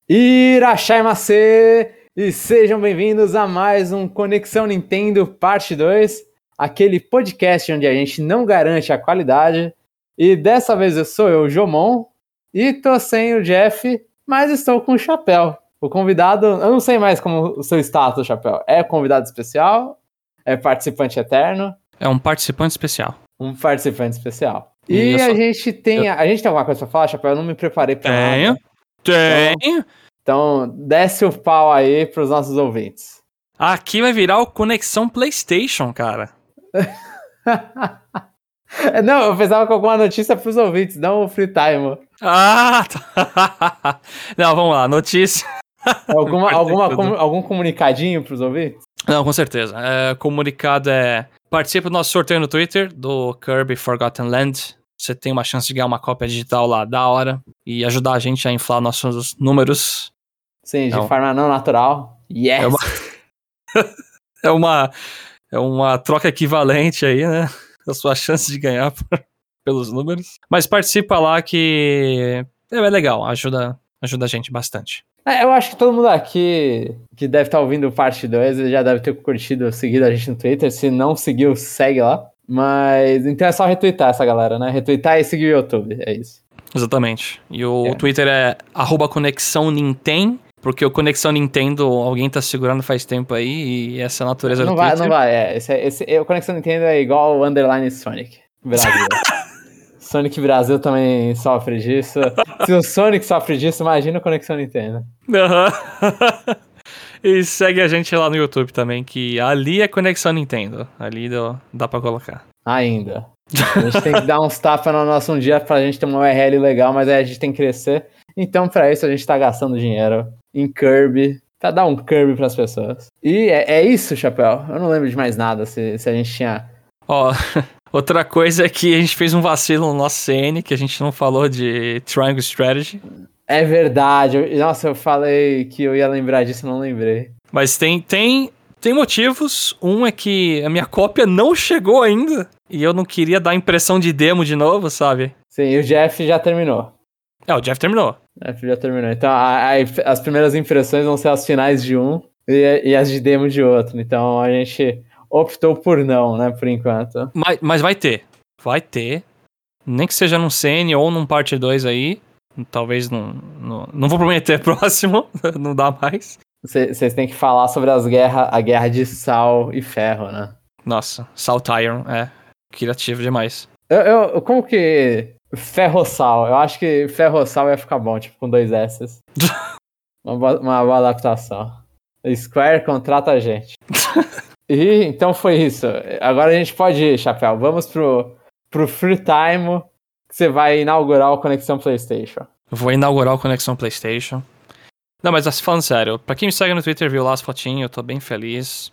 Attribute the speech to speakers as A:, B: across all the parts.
A: Irashaimase! E sejam bem-vindos a mais um Conexão Nintendo Parte 2, aquele podcast onde a gente não garante a qualidade. E dessa vez eu sou eu, Jomon, e tô sem o Jeff, mas estou com o Chapéu. O convidado, eu não sei mais como o seu status, Chapéu. É convidado especial? É participante eterno?
B: É um participante especial.
A: Um participante especial. E a gente tem alguma coisa pra falar, Chapéu? Eu não me preparei pra nada.
B: Tenho.
A: Então, desce o pau aí pros nossos ouvintes.
B: Aqui vai virar o Conexão PlayStation, cara.
A: Não, eu pensava com alguma notícia pros ouvintes, não o Free Time.
B: Ah, tá. Não, vamos lá, notícia.
A: Algum comunicadinho pros ouvintes?
B: Não, com certeza. Comunicado participa do nosso sorteio no Twitter, do Kirby Forgotten Land. Você tem uma chance de ganhar uma cópia digital lá da hora e ajudar a gente a inflar nossos números.
A: Sim, de forma não natural. Yes!
B: É uma troca equivalente aí, né? A sua chance de ganhar pelos números. Mas participa lá que é legal, ajuda a gente bastante.
A: Eu acho que todo mundo aqui que deve estar ouvindo parte 2 já deve ter curtido, seguido a gente no Twitter. Se não seguiu, segue lá. Mas então é só retweetar essa galera, né? Retweetar e seguir o YouTube, é isso.
B: Exatamente. E o Twitter é @ConexãoNinten, porque o Conexão Nintendo alguém tá segurando faz tempo aí e essa é a natureza do Twitter.
A: Não vai. O Conexão Nintendo é igual o Underline Sonic Brasil. Sonic Brasil também sofre disso. Se o Sonic sofre disso, imagina o Conexão Nintendo.
B: E segue a gente lá no YouTube também, que ali é Conexão Nintendo. Ali dá pra colocar.
A: Ainda. A gente tem que dar uns tapas no nosso um dia pra gente ter uma URL legal, mas aí a gente tem que crescer. Então, pra isso, a gente tá gastando dinheiro em Kirby, pra dar um Kirby pras pessoas. E é isso, Chapéu. Eu não lembro de mais nada, se a gente tinha...
B: Outra coisa é que a gente fez um vacilo no nosso CN, que a gente não falou de Triangle Strategy.
A: É verdade. Nossa, eu falei que eu ia lembrar disso, não lembrei.
B: Mas tem motivos. Um é que a minha cópia não chegou ainda. E eu não queria dar impressão de demo de novo, sabe?
A: Sim, e o Jeff já terminou.
B: O Jeff terminou.
A: O Jeff já terminou. Então, as primeiras impressões vão ser as finais de um e as de demo de outro. Então, a gente optou por não, né, por enquanto.
B: Mas vai ter. Vai ter. Nem que seja num CN ou num parte 2 aí. Talvez não vou prometer próximo. Não dá mais.
A: Vocês têm que falar sobre a guerra de sal e ferro, né?
B: Nossa, Salt Iron, criativo demais.
A: Como que... Ferrossal. Eu acho que ferrossal ia ficar bom, tipo, com 2 S's. uma boa adaptação. Square contrata a gente. E então foi isso. Agora a gente pode ir, Chapéu. Vamos pro Free Time, que você vai inaugurar o Conexão PlayStation.
B: Eu vou inaugurar o Conexão PlayStation. Não, mas falando sério, pra quem me segue no Twitter, viu lá as fotinhas, eu tô bem feliz.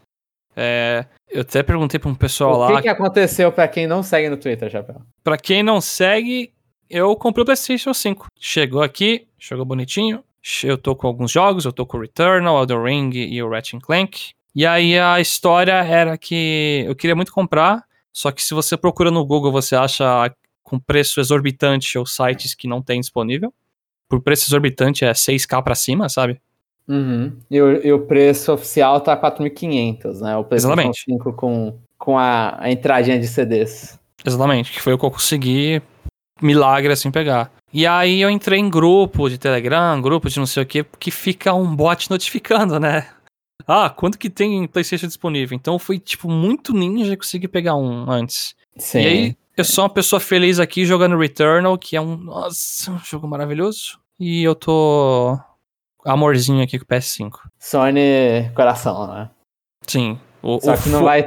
B: Eu até perguntei pra um pessoal lá...
A: O que aconteceu pra quem não segue no Twitter, Chapéu?
B: Pra quem não segue, eu comprei o PlayStation 5. Chegou aqui, chegou bonitinho. Eu tô com alguns jogos, eu tô com o Returnal, Elden Ring e o Ratchet & Clank. E aí a história era que eu queria muito comprar, só que se você procura no Google, você acha com preço exorbitante ou sites que não tem disponível. Por preço exorbitante é 6K pra cima, sabe?
A: Uhum. E o preço oficial tá 4.500, né? O PlayStation 5 com a entradinha de CDs.
B: Exatamente, que foi o que eu consegui, milagre assim, pegar. E aí eu entrei em grupo de Telegram, grupo de não sei o que fica um bot notificando, né? Quanto que tem PlayStation disponível? Então eu fui, muito ninja e consegui pegar um antes.
A: Sim.
B: E aí eu sou uma pessoa feliz aqui jogando Returnal, que é um jogo maravilhoso. E eu tô amorzinho aqui com o PS5.
A: Sony coração, né?
B: Sim.
A: Só que não vai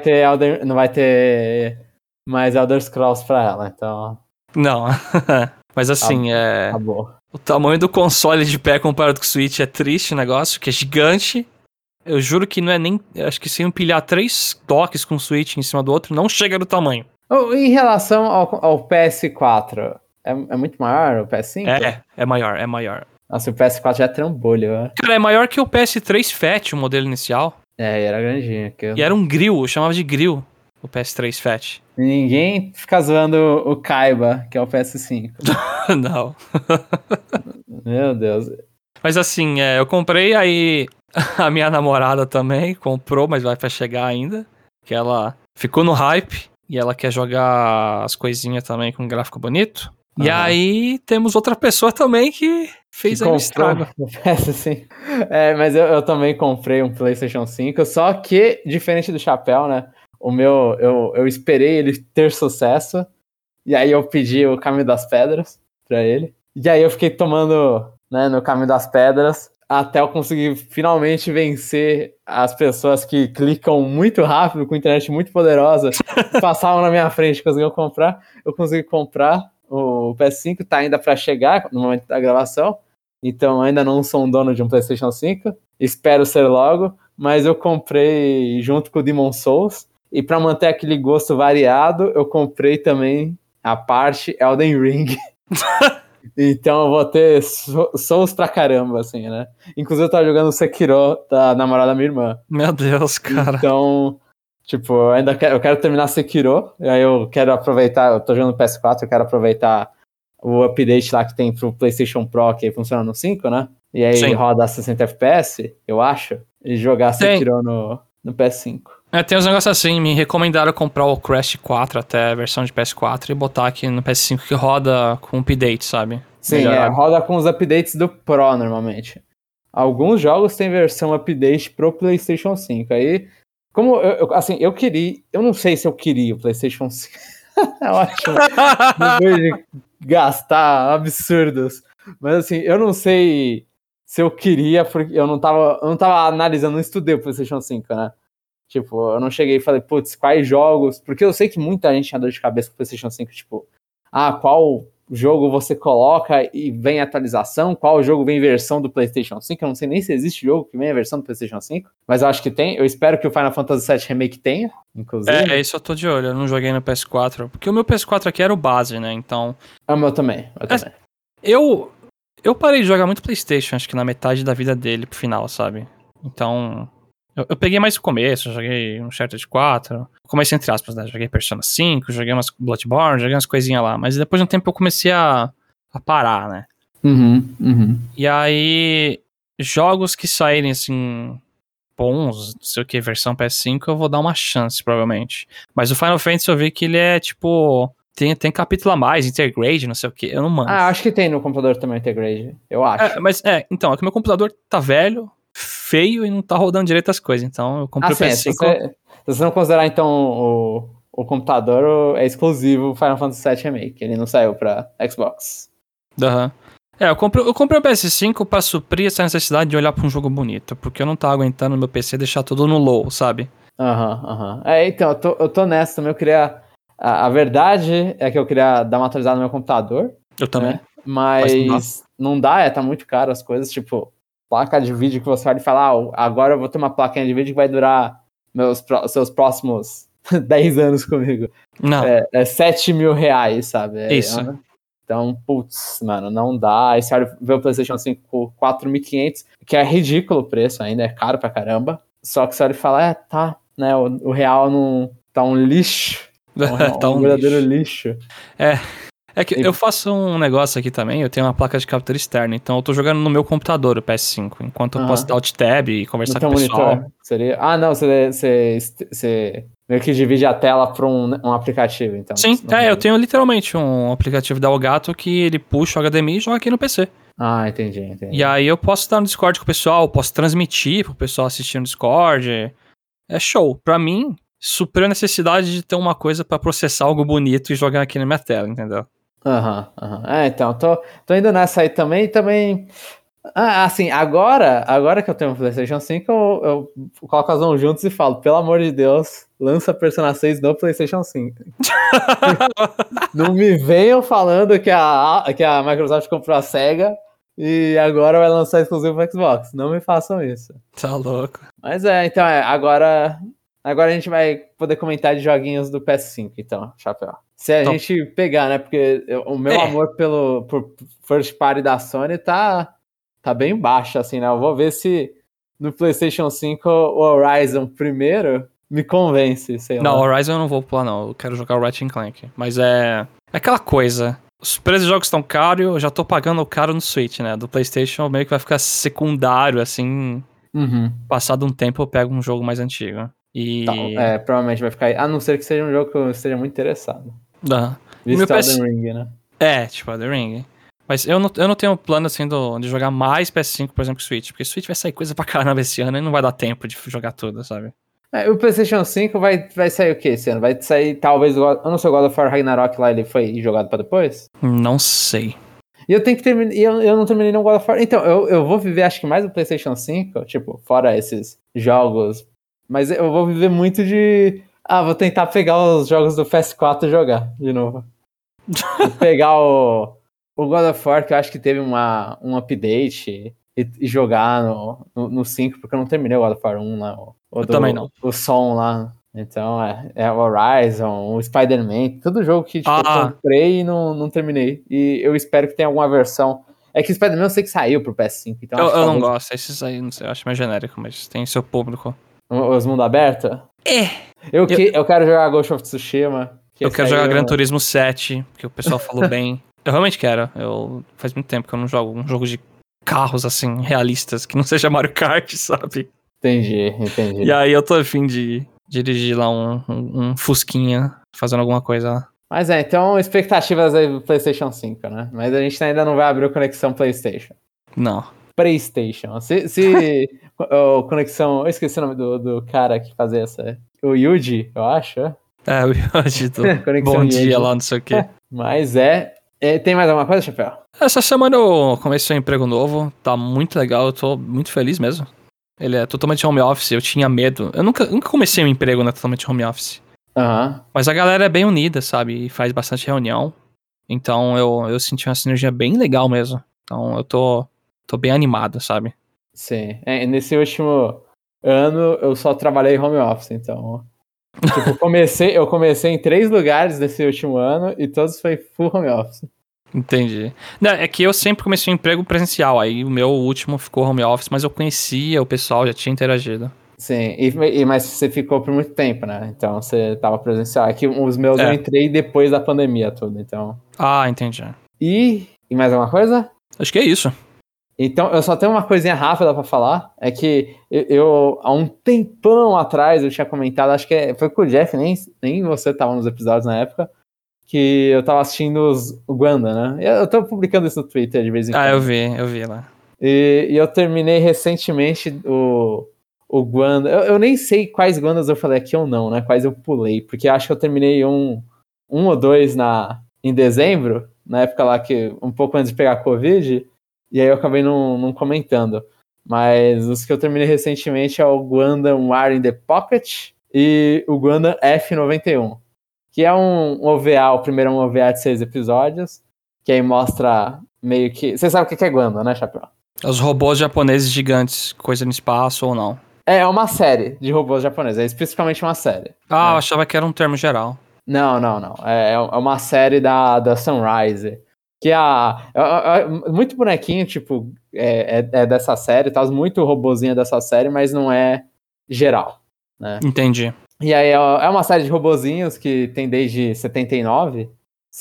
A: ter mais Elder Scrolls pra ela, então...
B: Não. Mas assim,
A: Acabou.
B: O tamanho do console de pé comparado com o Switch é triste o negócio, que é gigante. Eu juro que não é nem... Acho que se empilhar 3 doques com o Switch em cima do outro, não chega no tamanho.
A: Em relação ao PS4, é muito maior o PS5?
B: É maior.
A: Nossa, o PS4 já é trambolho, né?
B: Cara, é maior que o PS3 Fat, o modelo inicial.
A: Era grandinho.
B: E era um grill, eu chamava de grill, o PS3 Fat.
A: Ninguém fica zoando o Kaiba, que é o PS5.
B: Não.
A: Meu Deus.
B: Mas assim, eu comprei, aí a minha namorada também comprou, mas vai pra chegar ainda. Que ela ficou no hype e ela quer jogar as coisinhas também com gráfico bonito. E aí temos outra pessoa também que fez aí um estrago.
A: Assim. Mas eu também comprei um PlayStation 5, só que, diferente do Chapéu, né? O meu, eu esperei ele ter sucesso, e aí eu pedi o Caminho das Pedras pra ele. E aí eu fiquei tomando, né, no Caminho das Pedras, até eu conseguir finalmente vencer as pessoas que clicam muito rápido, com internet muito poderosa, passavam na minha frente, conseguiam comprar. Eu consegui comprar o PS5, tá ainda pra chegar no momento da gravação, então ainda não sou um dono de um PlayStation 5, espero ser logo, mas eu comprei junto com o Demon's Souls, e pra manter aquele gosto variado, eu comprei também a parte Elden Ring. Então eu vou ter Souls pra caramba, assim, né? Inclusive eu tava jogando Sekiro da namorada da minha irmã.
B: Meu Deus, cara.
A: Então, tipo, eu quero terminar Sekiro, e aí eu quero aproveitar, eu tô jogando no PS4, eu quero aproveitar o update lá que tem pro PlayStation Pro, que funciona no 5, né? E aí
B: Sim.
A: roda 60 FPS, eu acho, e jogar Sekiro no PS5.
B: Tem uns negócios assim, me recomendaram comprar o Crash 4 até a versão de PS4 e botar aqui no PS5 que roda com update, sabe?
A: Sim, roda com os updates do Pro normalmente. Alguns jogos têm versão update pro PlayStation 5. Aí, como eu queria, eu não sei se eu queria o PlayStation 5. É ótimo. Depois de gastar absurdos. Mas assim, eu não sei se eu queria, porque eu não tava analisando, não estudei o PlayStation 5, né? Tipo, eu não cheguei e falei, putz, quais jogos? Porque eu sei que muita gente tinha dor de cabeça com o PlayStation 5, tipo, qual jogo você coloca e vem atualização, qual jogo vem versão do PlayStation 5, eu não sei nem se existe jogo que vem a versão do PlayStation 5, mas eu acho que tem, eu espero que o Final Fantasy VII Remake tenha, inclusive.
B: Isso eu tô de olho, eu não joguei no PS4, porque o meu PS4 aqui era o base, né, então...
A: O meu também.
B: Eu parei de jogar muito PlayStation, acho que na metade da vida dele pro final, sabe? Então... Eu peguei mais o começo, joguei Uncharted 4, começo entre aspas, né? Joguei Persona 5, joguei umas Bloodborne, joguei umas coisinhas lá, mas depois de um tempo eu comecei a parar, né? E aí, jogos que saírem assim, bons, não sei o que, versão PS5, eu vou dar uma chance, provavelmente. Mas o Final Fantasy eu vi que ele é tipo, tem capítulo a mais, intergrade, não sei o que, eu não manjo.
A: Acho que tem no computador também intergrade, eu acho.
B: Então, é que meu computador tá velho, feio e não tá rodando direito as coisas, então eu comprei o PS5.
A: Se você não considerar então o computador, é exclusivo Final Fantasy VII Remake, ele não saiu pra Xbox.
B: Eu comprei o PS5 pra suprir essa necessidade de olhar pra um jogo bonito, porque eu não tava aguentando no meu PC deixar tudo no low, sabe?
A: Então, eu tô nessa também, eu queria... A verdade é que eu queria dar uma atualizada no meu computador.
B: Eu também.
A: Né? Mas não dá, tá muito caro as coisas, tipo... Placa de vídeo que você olha e fala, agora eu vou ter uma plaquinha de vídeo que vai durar seus próximos 10 anos comigo.
B: Não.
A: É 7 mil reais, sabe?
B: Isso.
A: Então, putz, mano, não dá. Aí você olha ver o PlayStation 5 por 4.500, que é ridículo o preço ainda, é caro pra caramba. Só que você olha e fala, tá, né, o real não tá um lixo. Tá um verdadeiro lixo.
B: É que eu faço um negócio aqui também, eu tenho uma placa de captura externa, então eu tô jogando no meu computador o PS5, enquanto eu posso dar alt tab e conversar com o pessoal.
A: Monitor. Seria... não, você meio que divide a tela para um aplicativo, então.
B: Sim, eu tenho literalmente um aplicativo da Elgato que ele puxa o HDMI e joga aqui no PC.
A: Entendi.
B: E aí eu posso estar no Discord com o pessoal, posso transmitir pro pessoal assistir no Discord. É show. Pra mim, supriu a necessidade de ter uma coisa pra processar algo bonito e jogar aqui na minha tela, entendeu?
A: Então, tô indo nessa aí também. Assim, agora que eu tenho um PlayStation 5, eu coloco as mãos juntos e falo, pelo amor de Deus, lança Persona 6 no PlayStation 5. Não me venham falando que a Microsoft comprou a Sega e agora vai lançar exclusivo pro Xbox. Não me façam isso.
B: Tá louco.
A: Mas então, agora a gente vai poder comentar de joguinhos do PS5, então, Chapéu. Se a gente pegar, né? Porque o meu amor por first party da Sony tá bem baixo, assim, né? Eu vou ver se no PlayStation 5 o Horizon primeiro me convence, sei lá.
B: Não, Horizon eu não vou pular, não. Eu quero jogar o Ratchet & Clank. Mas é aquela coisa. Os preços de jogos estão caros, eu já tô pagando o caro no Switch, né? Do PlayStation meio que vai ficar secundário, assim. Passado um tempo eu pego um jogo mais antigo. E.
A: Provavelmente vai ficar. A não ser que seja um jogo que eu esteja muito interessado.
B: Meu
A: Visto Elden Ring, né?
B: Tipo, Elden Ring. Mas eu não tenho plano, assim, de jogar mais PS5, por exemplo, que Switch. Porque Switch vai sair coisa pra caramba esse ano e não vai dar tempo de jogar tudo, sabe?
A: O PlayStation 5 vai sair o que esse ano? Vai sair talvez. Eu não sei, o God of War Ragnarok lá, ele foi jogado pra depois?
B: Não sei.
A: E eu tenho que terminar. E eu não terminei no God of War. Então, eu vou viver, acho que mais o PlayStation 5, tipo, fora esses jogos. Mas eu vou viver muito de. Vou tentar pegar os jogos do PS4 e jogar de novo. Vou pegar o God of War, que eu acho que teve um update, e jogar no 5, porque eu não terminei o God of War 1 lá.
B: Também não.
A: O som lá. Então, é o Horizon, o Spider-Man, todo jogo que tipo, eu comprei e não terminei. E eu espero que tenha alguma versão. É que o Spider-Man eu sei que saiu pro PS5. Então
B: eu não gosto, esses aí, não sei, eu acho mais genérico, mas tem seu público.
A: Os mundo aberto? Eu quero jogar Ghost of Tsushima.
B: Eu quero jogar Gran Turismo 7, que o pessoal falou bem. Eu realmente quero. Faz muito tempo que eu não jogo um jogo de carros, assim, realistas, que não seja Mario Kart, sabe?
A: Entendi.
B: E aí eu tô a fim de dirigir lá um Fusquinha, fazendo alguma coisa lá.
A: Mas então, expectativas aí do PlayStation 5, né? Mas a gente ainda não vai abrir o Conexão PlayStation.
B: Não.
A: PlayStation. Conexão... Eu esqueci o nome do cara que fazia essa... O Yuji, eu acho.
B: O Yuji do Bom
A: Yuji.
B: Dia lá, não sei o quê.
A: Mas tem mais alguma coisa, Chapéu?
B: Essa semana eu comecei um emprego novo, tá muito legal, eu tô muito feliz mesmo. Ele é totalmente home office, eu tinha medo. Eu nunca comecei um emprego, né, totalmente home office. Mas a galera é bem unida, sabe? E faz bastante reunião. Então eu senti uma sinergia bem legal mesmo. Então eu tô bem animado, sabe?
A: Sim. Nesse último ano eu só trabalhei home office, então... Tipo, eu comecei em 3 lugares nesse último ano e todos foi full home office.
B: Entendi. Não, é que eu sempre comecei um emprego presencial, aí o meu último ficou home office, mas eu conhecia o pessoal, já tinha interagido.
A: Sim, mas você ficou por muito tempo, né? Então você tava presencial. É que os meus eu entrei depois da pandemia toda, então...
B: Entendi.
A: E mais alguma coisa?
B: Acho que é isso.
A: Então, eu só tenho uma coisinha rápida pra falar, é que eu há um tempão atrás, eu tinha comentado, acho que foi com o Jeff, nem você tava nos episódios na época, que eu tava assistindo o Gundam, né? Eu tô publicando isso no Twitter de vez em quando.
B: Eu vi lá.
A: E eu terminei recentemente o Gundam. Eu nem sei quais Gundams eu falei aqui ou não, né? Quais eu pulei, porque acho que eu terminei um ou dois em dezembro, na época lá que um pouco antes de pegar Covid, e aí eu acabei não comentando. Mas os que eu terminei recentemente é o Gundam War in the Pocket e o Gundam F91, que é um OVA, o primeiro é um OVA de 6 episódios, que aí mostra meio que... Você sabe o que é Gundam, né, Chapéu?
B: Os robôs japoneses gigantes, coisa no espaço ou não?
A: É uma série de robôs japoneses, é especificamente uma série.
B: Eu achava que era um termo geral.
A: Não. É uma série da Sunrise. Que é muito bonequinho, tipo, é dessa série, tá? Muito robozinho dessa série, mas não é geral, né?
B: Entendi.
A: E aí é uma série de robozinhos que tem desde 79,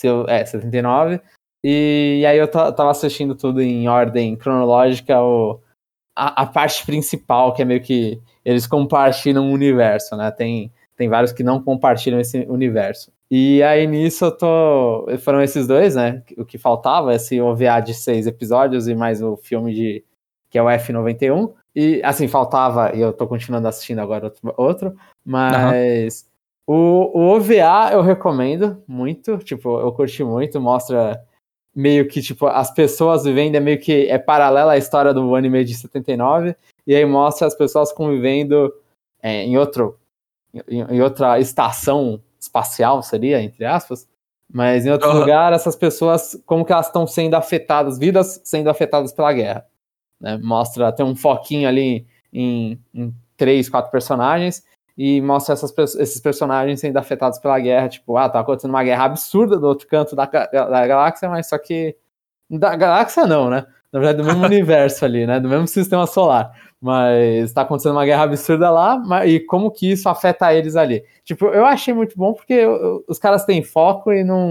A: 79, e aí eu tava assistindo tudo em ordem cronológica, a parte principal, que é meio que eles compartilham o universo, né? Tem vários que não compartilham esse universo. E aí nisso foram esses dois, né? O que faltava, esse OVA de 6 episódios e mais o filme que é o F91. E assim, faltava, e eu tô continuando assistindo agora outro, mas o OVA eu recomendo muito, tipo, eu curti muito, mostra meio que, tipo, as pessoas vivendo, meio que é paralela à história do anime de 79, e aí mostra as pessoas convivendo em outra estação espacial, seria, entre aspas, mas em outro lugar, essas pessoas, como que elas estão sendo afetadas, vidas sendo afetadas pela guerra, né? Mostra, tem um foquinho ali em 3, 4 personagens, e mostra esses personagens sendo afetados pela guerra, tipo, tá acontecendo uma guerra absurda do outro canto da galáxia, mas só que da galáxia não, né? Na verdade, do mesmo universo ali, né? Do mesmo sistema solar. Mas tá acontecendo uma guerra absurda lá, e como que isso afeta eles ali. Tipo, eu achei muito bom porque os caras têm foco e não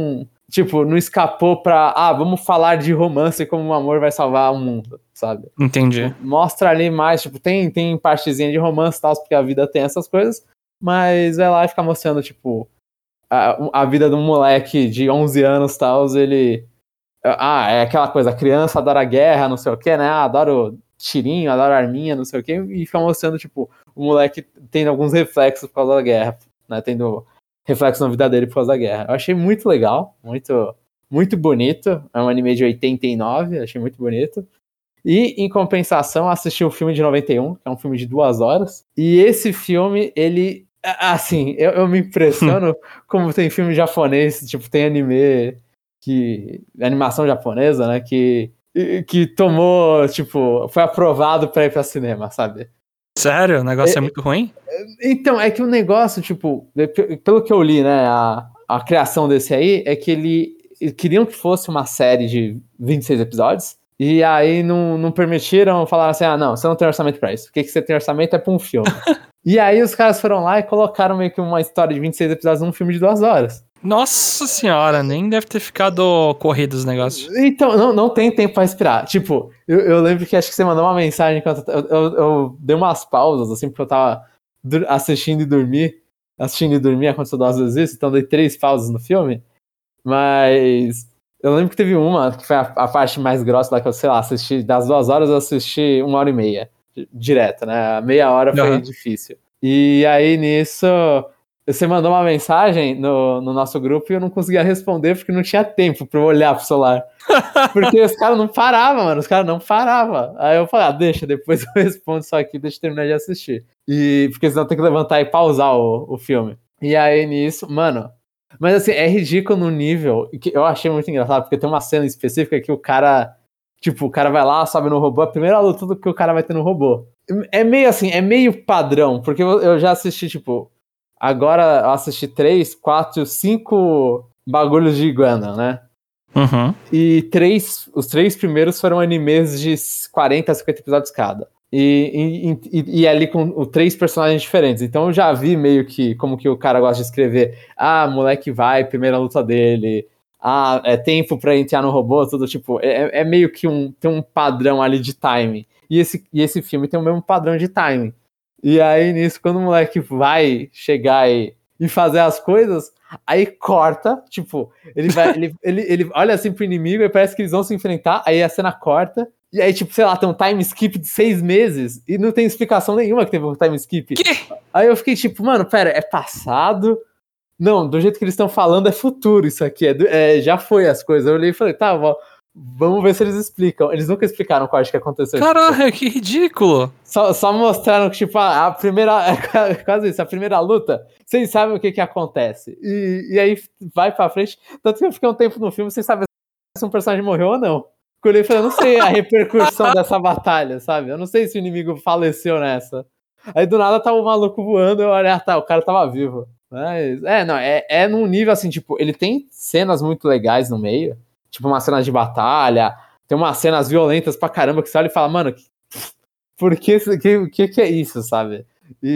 A: tipo, não escapou pra, vamos falar de romance e como o amor vai salvar o mundo, sabe?
B: Entendi.
A: Mostra ali mais, tipo, tem partezinha de romance e tal, porque a vida tem essas coisas, mas vai lá e fica mostrando, tipo, a vida de um moleque de 11 anos e tal, ele... é aquela coisa, a criança adora guerra, não sei o que, né? Adoro tirinho, adoro arminha, não sei o que, e fica mostrando, tipo, o moleque tendo alguns reflexos por causa da guerra, né? Tendo reflexos na vida dele por causa da guerra. Eu achei muito legal, muito, muito bonito. É um anime de 89, achei muito bonito. E, em compensação, assisti o filme de 91, que é um filme de 2 horas. E esse filme, ele... Assim, eu me impressiono como tem filme japonês, tipo, tem anime... animação japonesa, né, que tomou, tipo, foi aprovado pra ir pra cinema, sabe?
B: Sério? O negócio é muito ruim?
A: Então, é que o negócio, tipo, pelo que eu li, né, a criação desse aí é que queriam que fosse uma série de 26 episódios, e aí não permitiram, falaram assim, não, você não tem orçamento pra isso, o que você tem orçamento é pra um filme. E aí os caras foram lá e colocaram meio que uma história de 26 episódios num filme de 2 horas.
B: Nossa senhora, nem deve ter ficado corrido os negócios.
A: Então, não tem tempo pra respirar. Tipo, eu lembro que acho que você mandou uma mensagem enquanto eu dei umas pausas, assim, porque eu tava assistindo e dormir aconteceu 2 vezes isso, então dei 3 pausas no filme. Mas eu lembro que teve uma, que foi a parte mais grossa lá que eu, sei lá, assisti, das 2 horas eu assisti 1h30, direto, né? A meia hora foi difícil. E aí nisso... Você mandou uma mensagem no nosso grupo e eu não conseguia responder porque não tinha tempo pra eu olhar pro celular. Porque os caras não paravam, mano. Os caras não paravam. Aí eu falei, deixa, depois eu respondo isso aqui, deixa eu terminar de assistir. Porque senão tem que levantar e pausar o filme. E aí nisso, mano... Mas assim, é ridículo no nível que eu achei muito engraçado, porque tem uma cena específica que o cara... Tipo, o cara vai lá, sobe no robô, a primeira luta do que o cara vai ter no robô. É meio assim, é meio padrão, porque eu já assisti, tipo... Agora eu assisti 3, 4, 5 bagulhos de Gundam, né?
B: Uhum.
A: E os 3 primeiros foram animes de 40 a 50 episódios cada. E ali com 3 personagens diferentes. Então eu já vi meio que como que o cara gosta de escrever. Moleque vai, primeira luta dele. É tempo pra entrar no robô, tudo tipo. É meio que tem um padrão ali de timing. E esse filme tem o mesmo padrão de timing. E aí, nisso, quando o moleque vai chegar e fazer as coisas, aí corta, tipo, ele olha assim pro inimigo e parece que eles vão se enfrentar, aí a cena corta, e aí, tipo, sei lá, tem um time skip de 6 meses, e não tem explicação nenhuma que teve um time skip.
B: Que?
A: Aí eu fiquei tipo, mano, pera, é passado? Não, do jeito que eles estão falando é futuro isso aqui, já foi as coisas. Eu olhei e falei, tá, vamos ver se eles explicam. Eles nunca explicaram qual acho que aconteceu.
B: Caralho, que ridículo.
A: Só mostraram que, tipo, a primeira... quase isso, a primeira luta, vocês sabem o que acontece. E aí vai pra frente. Tanto que eu fiquei um tempo no filme sem saber se um personagem morreu ou não. Porque eu olhei e falei, eu não sei a repercussão dessa batalha, sabe? Eu não sei se o inimigo faleceu nessa. Aí do nada tava o maluco voando, eu olhei, o cara tava vivo. Mas, é num nível assim, tipo, ele tem cenas muito legais no meio. Tipo, umas cenas de batalha, tem umas cenas violentas pra caramba que você olha e fala, mano, por que é isso, sabe?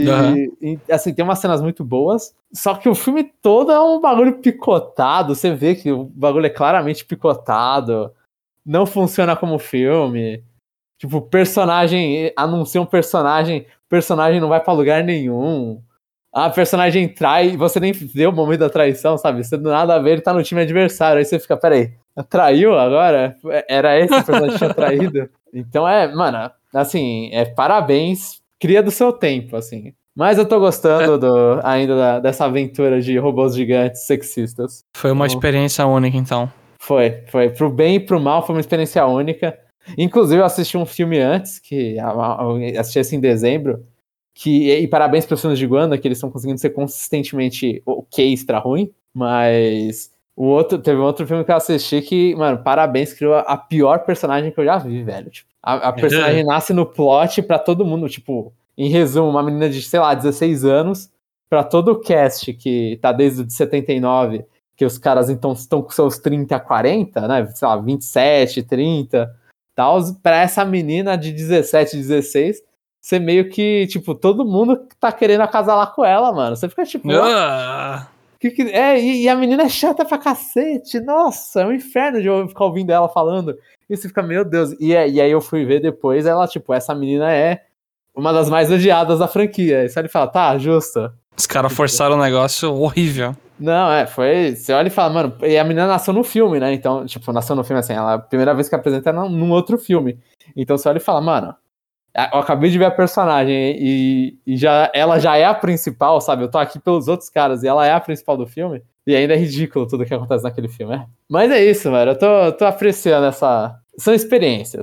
A: E assim, tem umas cenas muito boas, só que o filme todo é um bagulho picotado, você vê que o bagulho é claramente picotado, não funciona como filme. Tipo, personagem, anuncia um personagem não vai pra lugar nenhum. A personagem trai, você nem vê o momento da traição, sabe? Você do nada a ver, ele tá no time adversário. Aí você fica, peraí, traiu agora? Era esse o personagem que tinha traído? Então mano, assim, parabéns, cria do seu tempo, assim. Mas eu tô gostando ainda dessa aventura de robôs gigantes sexistas.
B: Foi uma experiência única, então.
A: Foi. Pro bem e pro mal, foi uma experiência única. Inclusive, eu assisti um filme antes, que eu assisti assim em dezembro, e parabéns para os filmes de Gundam, que eles estão conseguindo ser consistentemente extra ruim, mas teve um outro filme que eu assisti que, mano, parabéns, criou a pior personagem que eu já vi, velho. Tipo, a personagem nasce no plot pra todo mundo, tipo, em resumo, uma menina de, sei lá, 16 anos, pra todo o cast que tá desde o 79, que os caras então estão com seus 30, 40, né, sei lá, 27, 30, tal, pra essa menina de 17, 16, você meio que, tipo, todo mundo tá querendo acasalar com ela, mano. Você fica tipo, E a menina é chata pra cacete. Nossa, é um inferno de eu ficar ouvindo ela falando. E você fica, meu Deus. E aí eu fui ver depois, ela, tipo, essa menina é uma das mais odiadas da franquia. E só ele fala, tá, justo.
B: Os caras forçaram um negócio horrível.
A: Não, foi. Você olha e fala, mano, e a menina nasceu no filme, né? Então, tipo, nasceu no filme assim, ela, a primeira vez que apresenta é num outro filme. Então você olha e fala, mano, eu acabei de ver a personagem ela já é a principal, sabe? Eu tô aqui pelos outros caras e ela é a principal do filme. E ainda é ridículo tudo que acontece naquele filme, né? Mas é isso, velho. Eu tô apreciando essa. São experiências.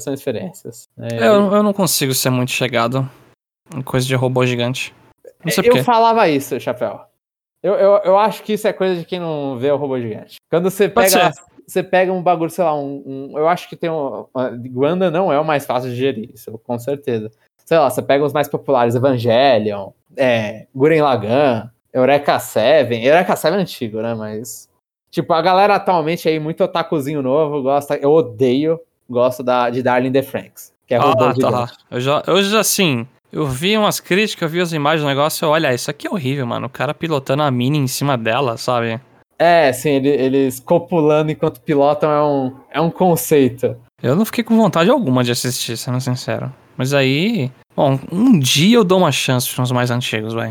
B: Eu não consigo ser muito chegado em coisa de robô gigante. Não sei porquê.
A: Eu falava isso, Chapéu. Eu acho que isso é coisa de quem não vê o robô gigante. Quando você pega um bagulho, sei lá, eu acho que tem Wanda não é o mais fácil de gerir, isso com certeza. Sei lá, você pega os mais populares, Evangelion, Gurren Lagann, Eureka Seven. Eureka Seven é antigo, né? Mas. Tipo, a galera atualmente aí, muito otakuzinho novo, eu odeio, gosto de Darling in the Franxx, que é robô gigante.
B: Tá. Eu já assim. Eu vi umas críticas, eu vi as imagens do negócio, olha, isso aqui é horrível, mano. O cara pilotando a Mini em cima dela, sabe?
A: Sim, eles copulando enquanto pilotam é um conceito.
B: Eu não fiquei com vontade alguma de assistir, sendo sincero. Mas aí, bom, um dia eu dou uma chance para uns mais antigos, vai.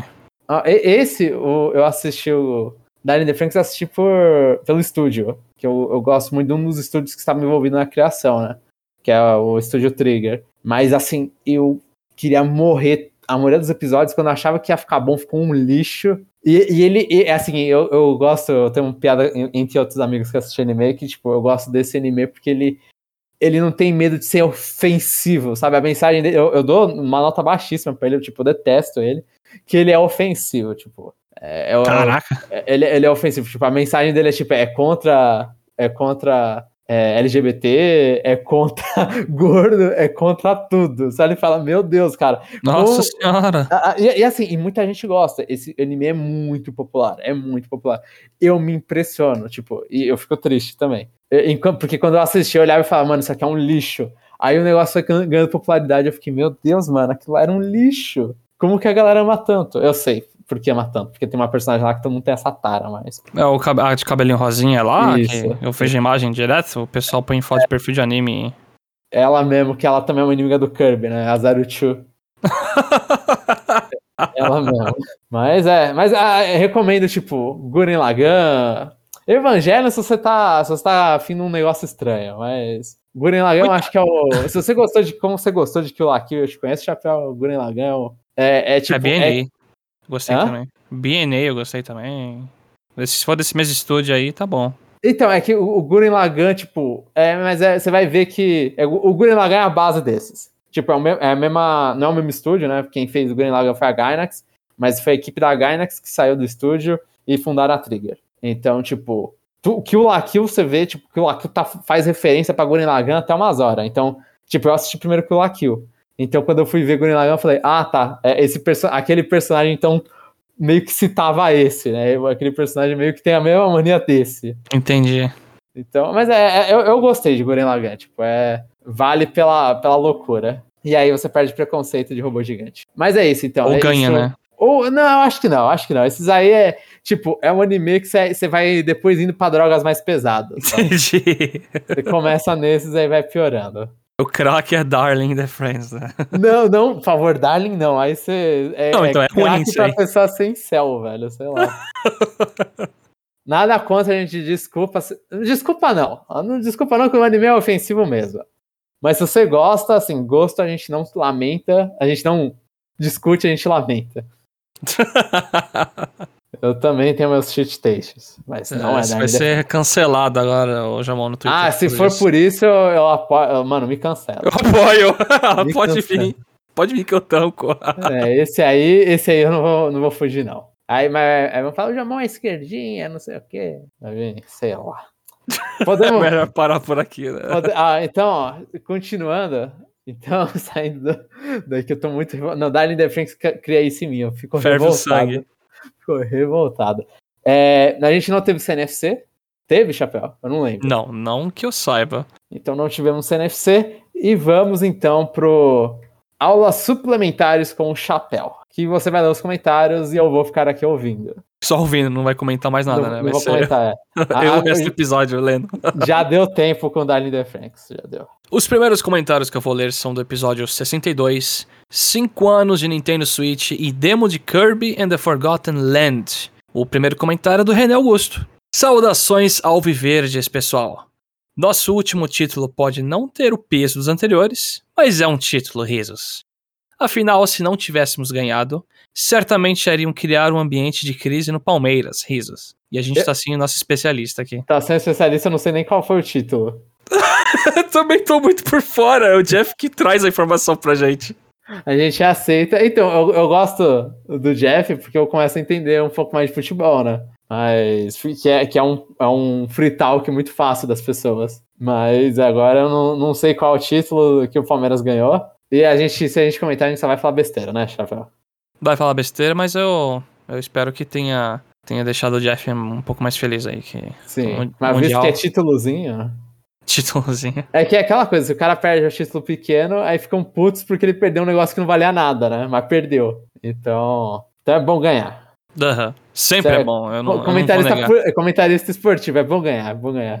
A: Eu assisti o Darling in the Franxx, assisti pelo estúdio, que eu gosto muito de um dos estúdios que estava envolvido na criação, né? Que é o Estúdio Trigger. Mas assim, eu queria morrer a maioria dos episódios, quando eu achava que ia ficar bom, ficou um lixo. Assim, eu gosto, eu tenho uma piada entre outros amigos que assistem anime, que, tipo, eu gosto desse anime porque ele não tem medo de ser ofensivo, sabe? A mensagem dele, eu dou uma nota baixíssima pra ele, eu, tipo, eu detesto ele, que ele é ofensivo, tipo.
B: Caraca!
A: Ele é ofensivo, tipo, a mensagem dele é, tipo, é contra LGBT, é contra gordo, é contra tudo. Só ele fala, meu Deus, cara.
B: Nossa senhora!
A: E assim, e muita gente gosta. Esse anime é muito popular, Eu me impressiono, tipo, e eu fico triste também. Porque quando eu assisti, eu olhava e falava, mano, isso aqui é um lixo. Aí o negócio foi ganhando popularidade, eu fiquei, meu Deus, mano, aquilo lá era um lixo. Como que a galera ama tanto? Eu sei, por que ama tanto? Porque tem uma personagem lá que todo mundo tem essa tara, mas...
B: A de cabelinho rosinha lá,
A: isso,
B: que eu vejo a imagem direto, o pessoal põe foto de perfil de anime.
A: Ela mesmo, que ela também é uma inimiga do Kirby, né? A Zaruchu. Ela mesmo. Mas recomendo, tipo, Gurren Lagann. Evangelho, se você tá afim de um negócio estranho, mas Gurren Lagann eu acho que é o... Se você gostou como você gostou de Kill la Kill, eu te conheço, Chapéu, Gurren Lagann tipo...
B: É BNA. Gostei também. BNA eu gostei também. Se for desse mesmo estúdio aí, tá bom.
A: Então, é que o Gurren Lagann, tipo... você vai ver que... o Gurren Lagann é a base desses. Tipo, é a mesma... Não é o mesmo estúdio, né? Quem fez o Gurren Lagann foi a Gainax, mas foi a equipe da Gainax que saiu do estúdio e fundaram a Trigger. Então, tipo... Kill la Kill, você vê, tipo, Kill la Kill faz referência pra Gurren Lagann até umas horas. Então, tipo, eu assisti primeiro Kill la Kill. Então, quando eu fui ver Gurren Lagann, eu falei, tá, aquele personagem, então, meio que citava esse, né? Aquele personagem meio que tem a mesma mania desse.
B: Entendi.
A: Então, mas eu gostei de Gurren Lagann, tipo, vale pela loucura. E aí você perde preconceito de robô gigante. Mas é isso, então.
B: Ou ganha, né?
A: Não, acho que não. Esses aí é um anime que você vai depois indo pra drogas mais pesadas.
B: Entendi.
A: Você começa nesses, aí vai piorando.
B: O Croc é Darling in the Franxx, né?
A: Não, por favor, Darling não. Aí você...
B: Não, então é ruim isso aí.
A: Pra pessoa sem céu, velho, sei lá. Nada contra, a gente desculpa. Desculpa não, que o anime é ofensivo mesmo. Mas se você gosta, assim, gosto a gente não lamenta, a gente não discute, a gente lamenta. Eu também tenho meus shit takes, mas não
B: Você vai ser cancelado agora, o Jamon, no Twitter.
A: Se for por isso, eu apoio. Mano, me cancela.
B: Eu apoio. Pode vir que eu tanco.
A: Esse aí eu não vou fugir, não. Aí vão falar, o Jamon é esquerdinha, não sei o quê. Sei lá. Podemos...
B: Melhor parar por aqui, né?
A: Então, ó, continuando. Então, saindo daí que eu tô muito... Não, Darling in the Franxx cria isso em mim, eu fico revoltado. Ficou revoltado. A gente não teve CNFC? Teve, Chapéu? Eu não lembro.
B: Não que eu saiba.
A: Então não tivemos CNFC. E vamos então pro aulas suplementares com o chapéu. Que você vai ler os comentários e eu vou ficar aqui ouvindo.
B: Só ouvindo, não vai comentar mais nada,
A: não,
B: né?
A: Não vou comentar,
B: Eu o resto do episódio lendo.
A: Já deu tempo com o Darlene The Franks, já deu.
B: Os primeiros comentários que eu vou ler são do episódio 62, 5 anos de Nintendo Switch e demo de Kirby and the Forgotten Land. O primeiro comentário é do René Augusto. Saudações alviverdes, pessoal. Nosso último título pode não ter o peso dos anteriores, mas é um título, risos. Afinal, se não tivéssemos ganhado, certamente iriam criar um ambiente de crise no Palmeiras, risos. E a gente tá sendo nosso especialista aqui.
A: Tá sendo especialista, eu não sei nem qual foi o título.
B: Também tô muito por fora, é o Jeff que traz a informação pra gente.
A: A gente aceita. Então, eu gosto do Jeff porque eu começo a entender um pouco mais de futebol, né? Mas que é um free talk muito fácil das pessoas. Mas agora eu não sei qual o título que o Palmeiras ganhou. E se a gente comentar, a gente só vai falar besteira, né, Chapéu?
B: Vai falar besteira, mas eu espero que tenha deixado o Jeff um pouco mais feliz aí.
A: Sim, mas visto que é títulozinho...
B: Títulozinho.
A: É que é aquela coisa, se o cara perde o título pequeno, aí ficam putos porque ele perdeu um negócio que não valia nada, né? Mas perdeu. Então é bom ganhar.
B: Uhum. Sempre
A: certo.
B: É bom. Eu não vou negar.
A: Comentarista esportivo, é bom ganhar, é bom ganhar.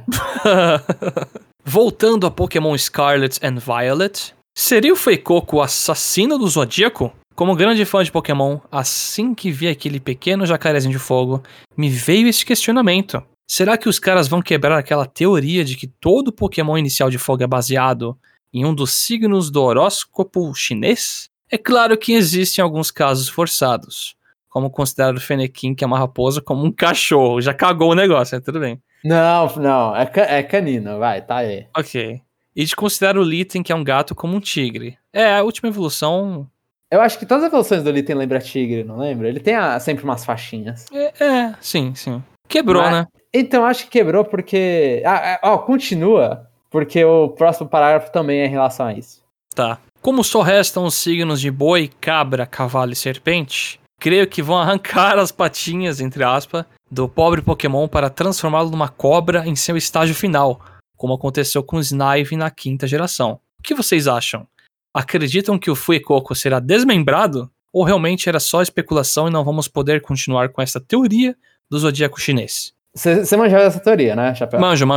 B: Voltando a Pokémon Scarlet and Violet, seria o Fuecoco o assassino do Zodíaco? Como grande fã de Pokémon, assim que vi aquele pequeno jacarezinho de fogo, me veio esse questionamento. Será que os caras vão quebrar aquela teoria de que todo Pokémon inicial de fogo é baseado em um dos signos do horóscopo chinês? É claro que existem alguns casos forçados, como considerar o Fennekin, que é uma raposa, como um cachorro. Já cagou o negócio, né? Tudo bem.
A: Não, é canino, vai, tá aí.
B: Ok. E de considerar o Litten, que é um gato, como um tigre. A última evolução...
A: Eu acho que todas as evoluções do Litten lembra tigre, não lembra? Ele tem sempre umas faixinhas.
B: Sim. Quebrou, né?
A: Então, acho que quebrou porque... continua, porque o próximo parágrafo também é em relação a isso.
B: Tá. Como só restam os signos de boi, cabra, cavalo e serpente, creio que vão arrancar as patinhas, entre aspas, do pobre Pokémon para transformá-lo numa cobra em seu estágio final, como aconteceu com o Snive na 5ª geração. O que vocês acham? Acreditam que o Fuecoco será desmembrado? Ou realmente era só especulação e não vamos poder continuar com essa teoria do zodíaco chinês?
A: Você manjava essa teoria, né, Chapéu?
B: Manjo.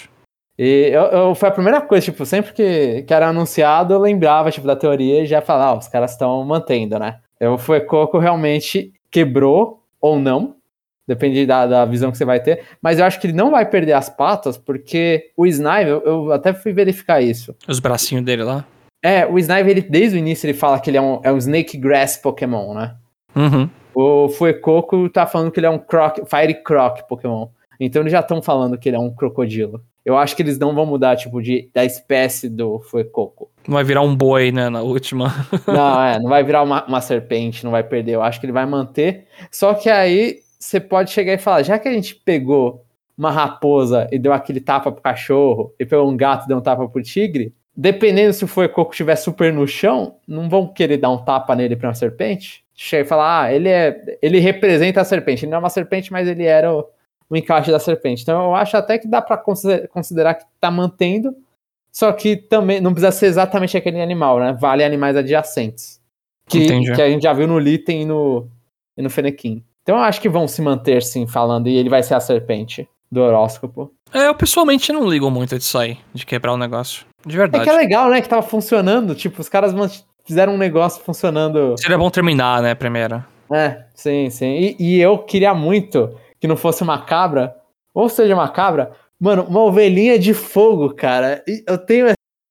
A: E foi a primeira coisa, tipo, sempre que era anunciado, eu lembrava, tipo, da teoria e já falava, os caras estão mantendo, né? O Fuecoco realmente quebrou, ou não, depende da visão que você vai ter, mas eu acho que ele não vai perder as patas, porque o Snive, eu até fui verificar isso.
B: Os bracinhos dele lá?
A: O Snive, ele, desde o início, ele fala que ele é um Snake Grass Pokémon, né?
B: Uhum.
A: O Fuecoco tá falando que ele é um Fire Croc Pokémon. Então eles já estão falando que ele é um crocodilo. Eu acho que eles não vão mudar, tipo, da espécie do Fuecoco.
B: Não vai virar um boi, né, na última.
A: Não vai virar uma serpente, não vai perder. Eu acho que ele vai manter. Só que aí você pode chegar e falar, já que a gente pegou uma raposa e deu aquele tapa pro cachorro, e pegou um gato e deu um tapa pro tigre, dependendo se o Fuecoco estiver super no chão, não vão querer dar um tapa nele pra uma serpente? Chega e falar, ele representa a serpente. Ele não é uma serpente, mas ele era o encaixe da serpente. Então eu acho até que dá pra considerar que tá mantendo, só que também não precisa ser exatamente aquele animal, né? Vale animais adjacentes. Que a gente já viu no Litten e no Fennekin. Então eu acho que vão se manter, sim, falando, e ele vai ser a serpente do horóscopo.
B: Eu pessoalmente não ligo muito disso aí, de quebrar o negócio. De verdade.
A: É que é legal, né? Que tava funcionando. Tipo, os caras fizeram um negócio funcionando.
B: Seria bom terminar, né, primeiro.
A: Sim. E eu queria muito que não fosse uma cabra, ou seja, uma cabra, mano, uma ovelhinha de fogo, cara. E eu tenho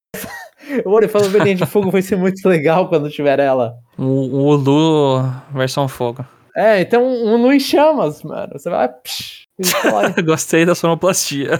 A: eu olho e falo, ovelhinha de fogo vai ser muito legal quando tiver ela.
B: O Ulu versão fogo.
A: Então um Ulu em chamas, mano. Você vai...
B: Gostei da sonoplastia.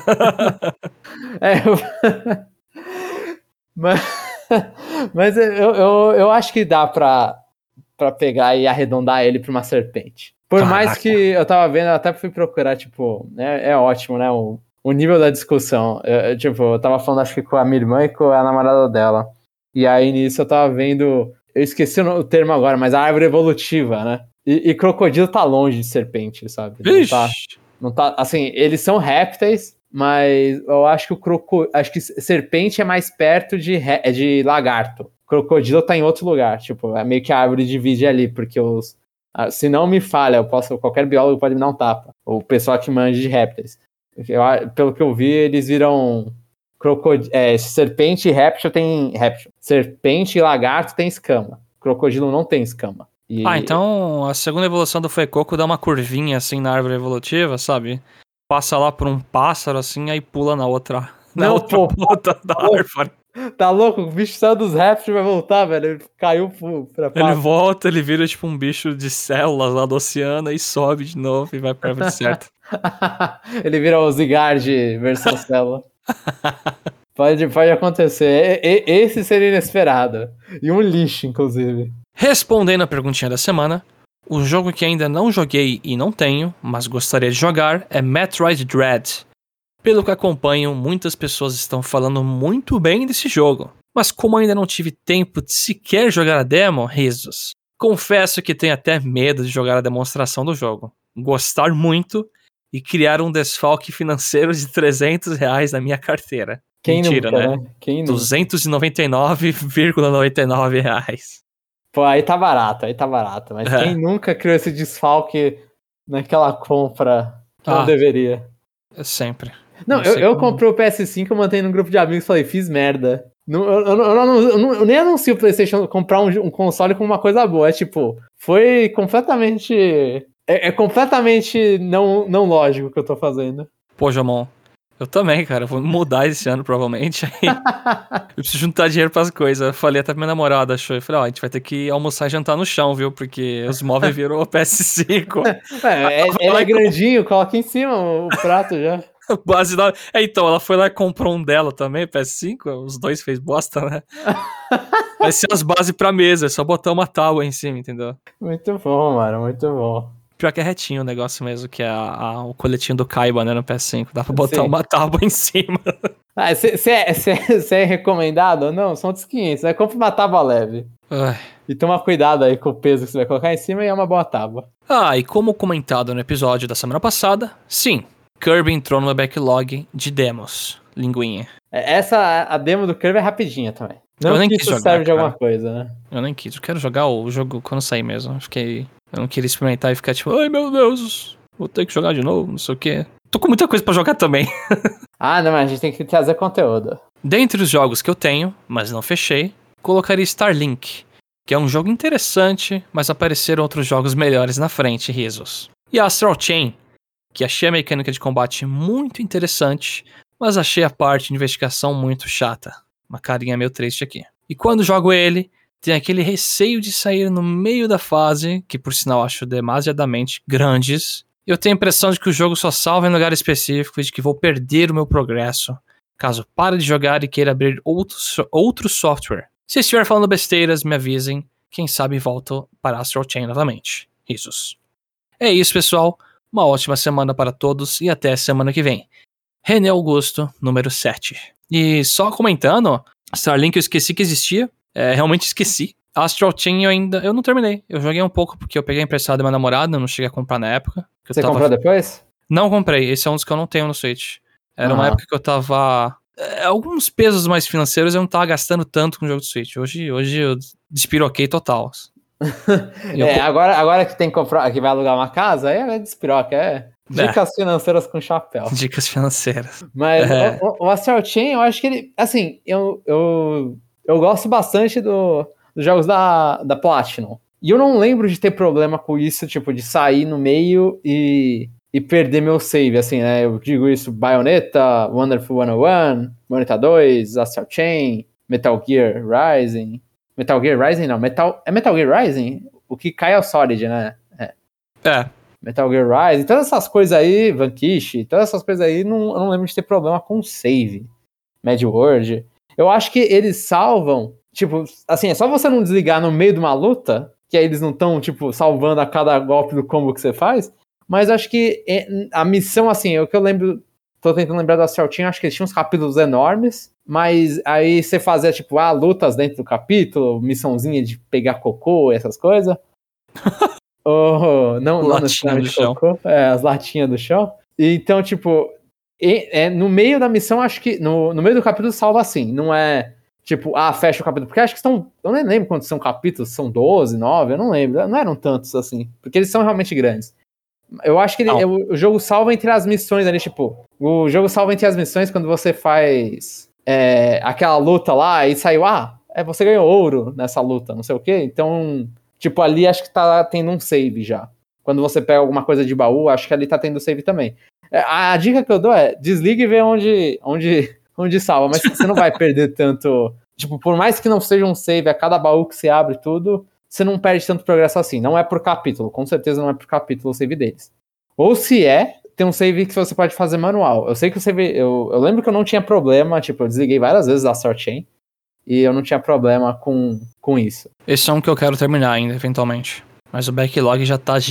A: Mas eu acho que dá pra pegar e arredondar ele pra uma serpente. Por mais que eu tava vendo, eu até fui procurar, tipo, é ótimo, né? O nível da discussão. Eu tava falando, acho que com a minha irmã e com a namorada dela. E aí nisso eu tava vendo, eu esqueci o termo agora, mas a árvore evolutiva, né? E crocodilo tá longe de serpente, sabe? Não tá, assim, eles são répteis, mas eu acho que acho que serpente é mais perto de lagarto. crocodilo tá em outro lugar. Tipo, é meio que a árvore divide ali, porque se não me falha, qualquer biólogo pode me dar um tapa. O pessoal que manja de répteis. Pelo que eu vi, eles viram serpente e réptil tem réptil. Serpente e lagarto tem escama. Crocodilo não tem escama.
B: Então a segunda evolução do Fuecoco dá uma curvinha assim na árvore evolutiva, sabe? Passa lá por um pássaro assim, aí pula na outra ponta da árvore.
A: Tá louco? O bicho saiu dos répteis e vai voltar, velho. Ele caiu pra
B: pássaro. Ele volta, ele vira tipo um bicho de células lá do oceano e sobe de novo e vai pra árvore certa.
A: Ele vira o Zygarde versão célula. Pode acontecer. Esse seria inesperado. E um lixo, inclusive.
B: Respondendo a perguntinha da semana, o jogo que ainda não joguei e não tenho, mas gostaria de jogar, é Metroid Dread. Pelo que acompanho, muitas pessoas estão falando muito bem desse jogo. Mas como ainda não tive tempo de sequer jogar a demo, risos. Confesso que tenho até medo de jogar a demonstração do jogo. Gostar muito e criar um desfalque financeiro de R$300 na minha carteira.
A: Quem
B: Mentira,
A: nunca,
B: né? R$299,99.
A: Pô, aí tá barato. Mas quem nunca criou esse desfalque naquela compra que não deveria?
B: Sempre.
A: Não, eu comprei o PS5, eu mantenho no grupo de amigos e falei, fiz merda. Eu nem anuncio o PlayStation comprar um console com uma coisa boa. É tipo, foi completamente... É completamente não lógico o que eu tô fazendo.
B: Pô, Jomon, eu também, cara. Vou mudar esse ano, provavelmente. Eu preciso juntar dinheiro pras coisas. Eu falei até pra minha namorada, achou. Eu falei, a gente vai ter que almoçar e jantar no chão, viu? Porque os móveis viram o PS5.
A: Ele é grandinho, coloca em cima o prato já.
B: Base da... então, ela foi lá e comprou um dela também, PS5. Os dois fez bosta, né? Vai ser as bases pra mesa, é só botar uma tábua em cima, entendeu?
A: Muito bom, mano, muito bom.
B: Pior que é retinho o negócio mesmo, que é o coletinho do Kaiba, né, no PS5. Dá pra botar uma tábua em cima.
A: Se é recomendado ou não, são outros 500. Aí compra uma tábua leve. E toma cuidado aí com o peso que você vai colocar em cima e é uma boa tábua.
B: E como comentado no episódio da semana passada, sim, Kirby entrou no meu backlog de demos. Linguinha.
A: A demo do Kirby é rapidinha também. Não que isso serve de alguma coisa, né?
B: Eu nem quis. Eu quero jogar o jogo quando sair mesmo. Eu não queria experimentar e ficar tipo, ai meu Deus, vou ter que jogar de novo, não sei o quê. Tô com muita coisa pra jogar também.
A: Não, mas a gente tem que trazer conteúdo.
B: Dentre os jogos que eu tenho, mas não fechei, colocaria Starlink, que é um jogo interessante, mas apareceram outros jogos melhores na frente, risos. E Astral Chain, que achei a mecânica de combate muito interessante, mas achei a parte de investigação muito chata. Uma carinha meio triste aqui. E quando jogo ele, tem aquele receio de sair no meio da fase, que por sinal acho demasiadamente grandes. Eu tenho a impressão de que o jogo só salva em lugar específico e de que vou perder o meu progresso, caso pare de jogar e queira abrir outro software. Se estiver falando besteiras, me avisem. Quem sabe volto para Astral Chain novamente. Risos. É isso, pessoal. Uma ótima semana para todos e até semana que vem. René Augusto, número 7. E só comentando, Starlink eu esqueci que existia. Realmente esqueci. Astral Chain eu não terminei. Eu joguei um pouco porque eu peguei emprestado da minha namorada, eu não cheguei a comprar na época.
A: Você comprou depois?
B: Não comprei, esse é um dos que eu não tenho no Switch. Era uma época que eu tava... alguns pesos mais financeiros eu não tava gastando tanto com o jogo do Switch. Hoje eu despiroquei total.
A: Agora que tem que comprar, que vai alugar uma casa, aí é despiroca, Dicas financeiras com chapéu.
B: Dicas financeiras.
A: Mas o Astral Chain, eu acho que ele... Assim, eu gosto bastante dos jogos da Platinum. E eu não lembro de ter problema com isso, tipo, de sair no meio e perder meu save, assim, né? Eu digo isso, Bayonetta, Wonderful 101, Bayonetta 2, Astral Chain, Metal Gear Rising. Metal Gear Rising não, é Metal Gear Rising? O que cai é o Solid, né? Metal Gear Rising, todas essas coisas aí, Vanquish, todas essas coisas aí, eu não lembro de ter problema com save. Mad World. Eu acho que eles salvam, tipo, assim, é só você não desligar no meio de uma luta, que aí eles não estão, tipo, salvando a cada golpe do combo que você faz, mas acho que a missão, assim, o que eu lembro, tô tentando lembrar do Astral Chain, acho que eles tinham uns capítulos enormes, mas aí você fazia, tipo, lutas dentro do capítulo, missãozinha de pegar cocô, essas coisas. Não necessariamente cocô, as latinhas do chão. Então, tipo, no meio da missão, acho que no meio do capítulo salva assim, não é Tipo, fecha o capítulo. Porque acho que eu nem lembro quantos são capítulos, são 12, 9, eu não lembro. Não eram tantos assim, porque eles são realmente grandes. Eu acho que o jogo salva entre as missões ali, tipo, o jogo salva entre as missões quando você faz aquela luta lá e saiu, você ganhou ouro nessa luta, não sei o quê. Então, tipo, ali acho que tá tendo um save já. Quando você pega alguma coisa de baú, acho que ali tá tendo save também. A dica que eu dou é, desliga e vê onde salva, mas você não vai perder tanto. Tipo, por mais que não seja um save a cada baú que você abre tudo, você não perde tanto progresso assim. Não é por capítulo, com certeza não é por capítulo o save deles. Ou se tem um save que você pode fazer manual. Eu sei que o save. Eu lembro que eu não tinha problema, tipo, eu desliguei várias vezes a Sword Chain e eu não tinha problema com isso.
B: Esse é um que eu quero terminar ainda, eventualmente. Mas o backlog já tá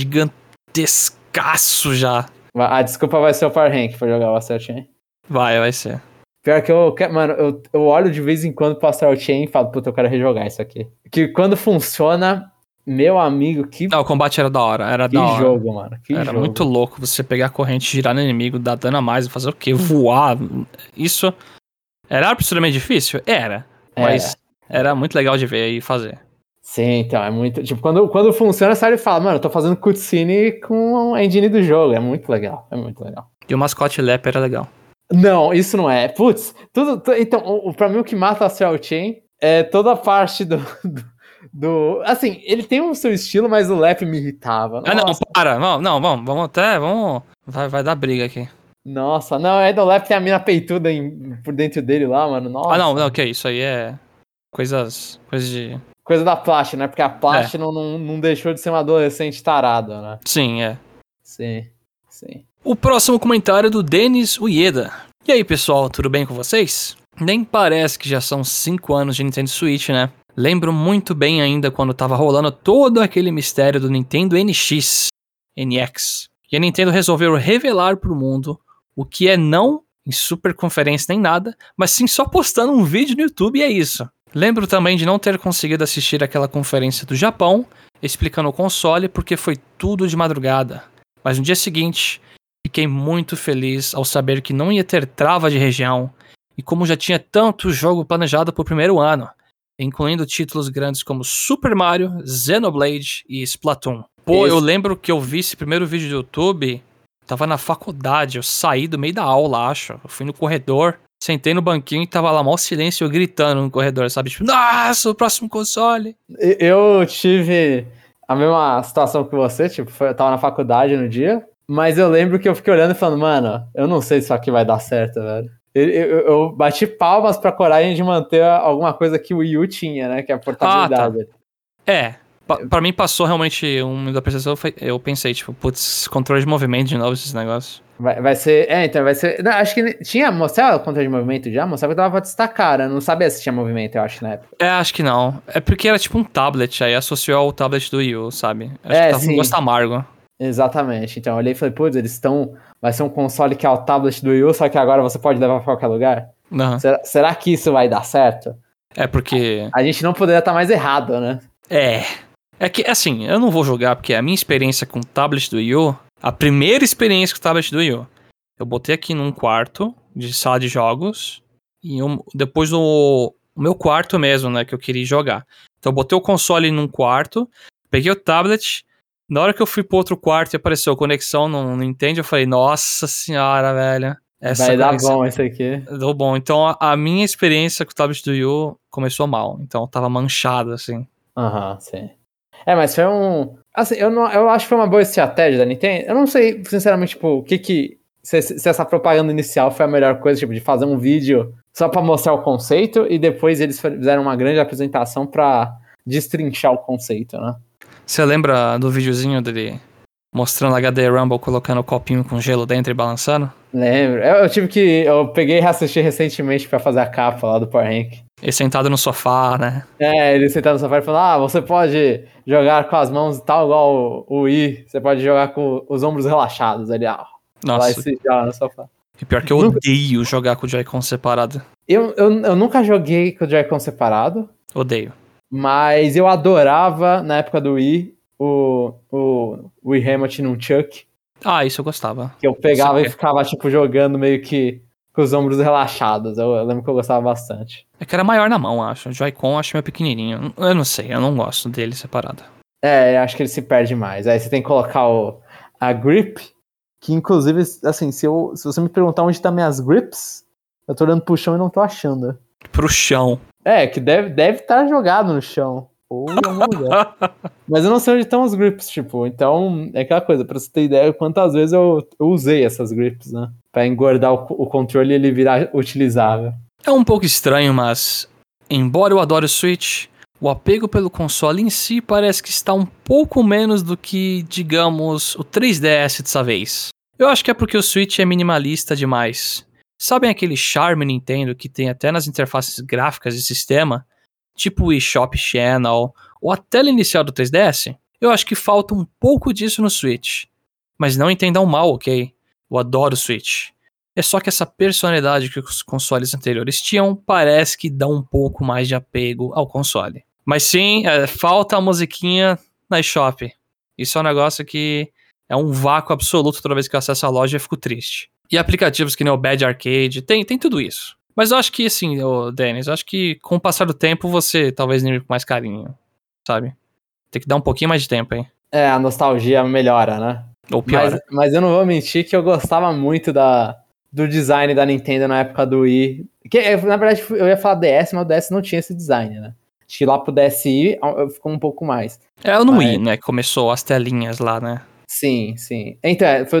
B: gigantescaço já.
A: A desculpa vai ser o Power Rank pra jogar o Sword Chain.
B: Vai ser.
A: Pior que mano, eu olho de vez em quando pro Astral Chain e falo, puta, eu quero rejogar isso aqui. Que quando funciona, meu amigo,
B: o combate era da hora,
A: que jogo, mano.
B: Era muito louco você pegar a corrente, girar no inimigo, dar dano a mais, fazer o quê? Voar. Isso era absurdamente difícil? Era. Mas era muito legal de ver e fazer.
A: Sim, então, é muito... Tipo, quando funciona, você fala, mano, eu tô fazendo cutscene com a engine do jogo. É muito legal,
B: E o mascote Lep era legal.
A: Não, isso não é. Putz, então, pra mim o que mata a Astral Chain é toda a parte do... Assim, ele tem o seu estilo, mas o Lep me irritava.
B: Nossa. Não, para. Vamos até... Vai dar briga aqui.
A: Nossa, não, do Lep tem a mina peituda por dentro dele lá, mano. Nossa.
B: Não, que isso aí é... Coisas de...
A: Coisa da Plast, né? Porque a Plast não deixou de ser uma adolescente tarada, né?
B: Sim, é.
A: Sim.
B: O próximo comentário é do Denis Ueda. E aí, pessoal, tudo bem com vocês? Nem parece que já são 5 anos de Nintendo Switch, né? Lembro muito bem ainda quando tava rolando todo aquele mistério do Nintendo NX. E a Nintendo resolveu revelar pro mundo o que é não em super conferência nem nada, mas sim só postando um vídeo no YouTube e é isso. Lembro também de não ter conseguido assistir aquela conferência do Japão, explicando o console porque foi tudo de madrugada. Mas no dia seguinte, fiquei muito feliz ao saber que não ia ter trava de região, e como já tinha tanto jogo planejado pro primeiro ano, incluindo títulos grandes como Super Mario, Xenoblade e Splatoon. Eu lembro que eu vi esse primeiro vídeo do YouTube, tava na faculdade, eu saí do meio da aula, acho. Eu fui no corredor, sentei no banquinho e tava lá mó silêncio, eu gritando no corredor, sabe? Tipo, nossa, o próximo console.
A: Eu tive a mesma situação que você, tipo, eu tava na faculdade no dia, mas eu lembro que eu fiquei olhando e falando, mano, eu não sei se isso aqui vai dar certo, velho. Eu bati palmas pra coragem de manter alguma coisa que o Wii U tinha, né, que é a portabilidade.
B: Pra mim passou realmente uma da percepção, eu pensei, tipo, putz, controle de movimento de novo esses negócios.
A: Vai ser, então vai ser, não, acho que tinha mostrado o controle de movimento já, mostrava que dava pra destacar, né, não sabia se tinha movimento, eu acho, na época.
B: Acho que não, é porque era tipo um tablet, aí associou ao tablet do Wii U, sabe? Acho que tava um gosto amargo.
A: Exatamente, então eu olhei e falei, putz, vai ser um console que é o tablet do Wii U, só que agora você pode levar pra qualquer lugar?
B: Uhum.
A: Será que isso vai dar certo?
B: Porque...
A: A gente não poderia estar mais errado, né?
B: É que, assim, eu não vou jogar, porque a minha experiência com o tablet do Wii U, a primeira experiência com o tablet do Wii U, eu botei aqui num quarto de sala de jogos, e depois o meu quarto mesmo, né, que eu queria jogar. Então eu botei o console num quarto, peguei o tablet, na hora que eu fui pro outro quarto e apareceu conexão no Nintendo, eu falei, nossa senhora, velho.
A: Vai dar bom esse aqui.
B: Deu bom. Então a minha experiência com o tablet do Wii U começou mal, então tava manchado, assim.
A: Aham, sim. Mas foi assim, eu acho que foi uma boa estratégia da Nintendo. Eu não sei, sinceramente, tipo, se essa propaganda inicial foi a melhor coisa, tipo, de fazer um vídeo só pra mostrar o conceito e depois eles fizeram uma grande apresentação pra destrinchar o conceito, né?
B: Você lembra do videozinho dele mostrando a HD Rumble colocando o copinho com gelo dentro e balançando?
A: Lembro. Eu peguei e reassisti recentemente pra fazer a capa lá do Power Rank.
B: Ele sentado no sofá, né?
A: Ele sentado no sofá e falando, você pode jogar com as mãos tal, igual o Wii, você pode jogar com os ombros relaxados ali,
B: Nossa.
A: Vai se jogar no sofá.
B: E pior que eu odeio jogar com o Joy-Con separado.
A: Eu nunca joguei com o Joy-Con separado.
B: Odeio.
A: Mas eu adorava, na época do Wii, o Wii Remote num Chuck.
B: Isso eu gostava.
A: Que eu pegava e ficava, tipo, jogando meio que com os ombros relaxados. Eu lembro que eu gostava bastante.
B: É que era maior na mão, acho. O Joy-Con eu acho meio pequenininho. Eu não sei, eu não gosto dele separado.
A: Acho que ele se perde mais. Aí você tem que colocar a grip, que inclusive, assim, se você me perguntar onde tá minhas grips, eu tô olhando pro chão e não tô achando.
B: Pro chão.
A: Que deve estar jogado no chão. Ou em algum lugar. Mas eu não sei onde estão os grips, tipo. Então, é aquela coisa, pra você ter ideia quantas vezes eu usei essas grips, né? Pra engordar o controle e ele virar utilizável.
B: É um pouco estranho, mas embora eu adore o Switch, o apego pelo console em si parece que está um pouco menos do que, digamos, o 3DS dessa vez. Eu acho que é porque o Switch é minimalista demais. Sabem aquele charme Nintendo que tem até nas interfaces gráficas de sistema? Tipo o eShop Channel, ou a tela inicial do 3DS? Eu acho que falta um pouco disso no Switch. Mas não entendam mal, ok? Eu adoro o Switch. É só que essa personalidade que os consoles anteriores tinham parece que dá um pouco mais de apego ao console. Mas sim, falta a musiquinha na eShop. Isso é um negócio que é um vácuo absoluto toda vez que eu acesso a loja e fico triste. E aplicativos que nem o Bad Arcade, tem tudo isso. Mas eu acho que, assim, Dennis, eu acho que com o passar do tempo você talvez lembre com mais carinho, sabe? Tem que dar um pouquinho mais de tempo, hein?
A: A nostalgia melhora, né?
B: Ou piora.
A: Mas eu não vou mentir que eu gostava muito do design da Nintendo na época do Wii. Na verdade, eu ia falar DS, mas o DS não tinha esse design, né? Acho que lá pro DSi ficou um pouco mais.
B: No Wii, né? Começou as telinhas lá, né?
A: Sim. Então, foi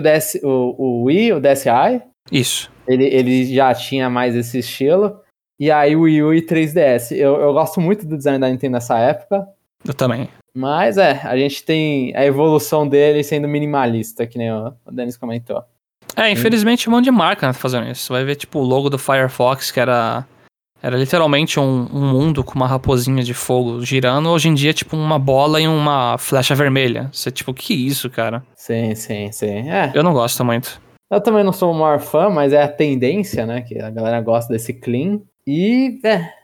A: o Wii, o DSi.
B: Isso.
A: Ele já tinha mais esse estilo. E aí o Wii U e 3DS. Eu gosto muito do design da Nintendo nessa época.
B: Eu também.
A: Mas a gente tem a evolução dele sendo minimalista, que nem o Dennis comentou.
B: Infelizmente um monte de marca tá fazendo isso. Você vai ver, tipo, o logo do Firefox, que era literalmente um mundo com uma raposinha de fogo girando. Hoje em dia é tipo uma bola e uma flecha vermelha. Você, tipo, que isso, cara?
A: Sim.
B: Eu não gosto muito.
A: Eu também não sou o maior fã, mas é a tendência, né? Que a galera gosta desse clean. E,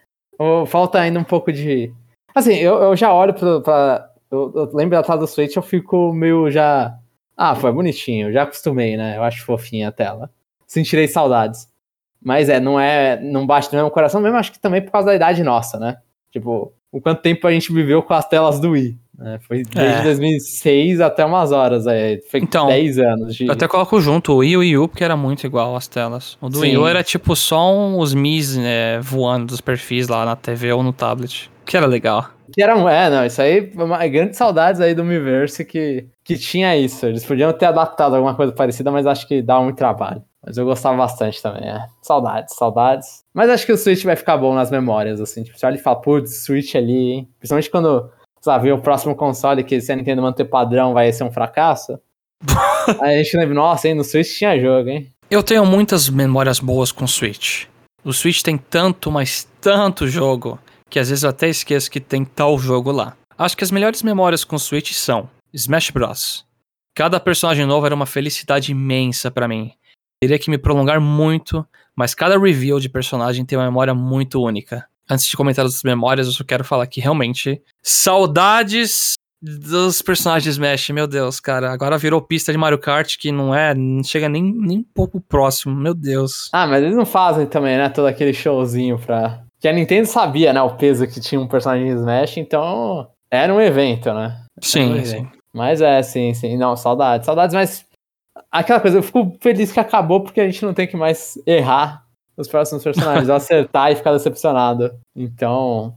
A: falta ainda um pouco de... Assim, eu já olho pra... Eu lembro da tela do Switch, eu fico meio já... foi bonitinho, já acostumei, né? Eu acho fofinha a tela. Sentirei saudades. Mas não bate no meu coração mesmo, acho que também por causa da idade nossa, né? Tipo, o quanto tempo a gente viveu com as telas do Wii, né? Foi desde 2006 até umas horas, foi então, 10 anos.
B: Eu até coloco junto o Wii e o Wii U, porque era muito igual as telas. O do Wii U era tipo só os Mis voando dos perfis lá na TV ou no tablet, que era legal.
A: Isso aí foi uma grande saudades aí do Miiverse que tinha isso. Eles podiam ter adaptado alguma coisa parecida, mas acho que dava muito trabalho. Mas eu gostava bastante também, Saudades. Mas acho que o Switch vai ficar bom nas memórias, assim. Tipo, você olha e fala, putz, Switch ali, hein? Principalmente quando, sei lá, vem o próximo console que se a Nintendo manter padrão vai ser um fracasso. Aí a gente lembra, nossa, hein, no Switch tinha jogo, hein?
B: Eu tenho muitas memórias boas com o Switch. O Switch tem tanto, mas tanto jogo, que às vezes eu até esqueço que tem tal jogo lá. Acho que as melhores memórias com o Switch são Smash Bros. Cada personagem novo era uma felicidade imensa pra mim. Teria que me prolongar muito, mas cada reveal de personagem tem uma memória muito única. Antes de comentar as memórias, eu só quero falar que realmente saudades dos personagens de Smash, meu Deus, cara. Agora virou pista de Mario Kart que não chega nem um pouco próximo, meu Deus.
A: Mas eles não fazem também, né, todo aquele showzinho pra... Que a Nintendo sabia, né, o peso que tinha um personagem de Smash, então era um evento, né?
B: Sim.
A: Mas sim, não, saudades, mas aquela coisa, eu fico feliz que acabou porque a gente não tem que mais errar os próximos personagens, acertar e ficar decepcionado. Então,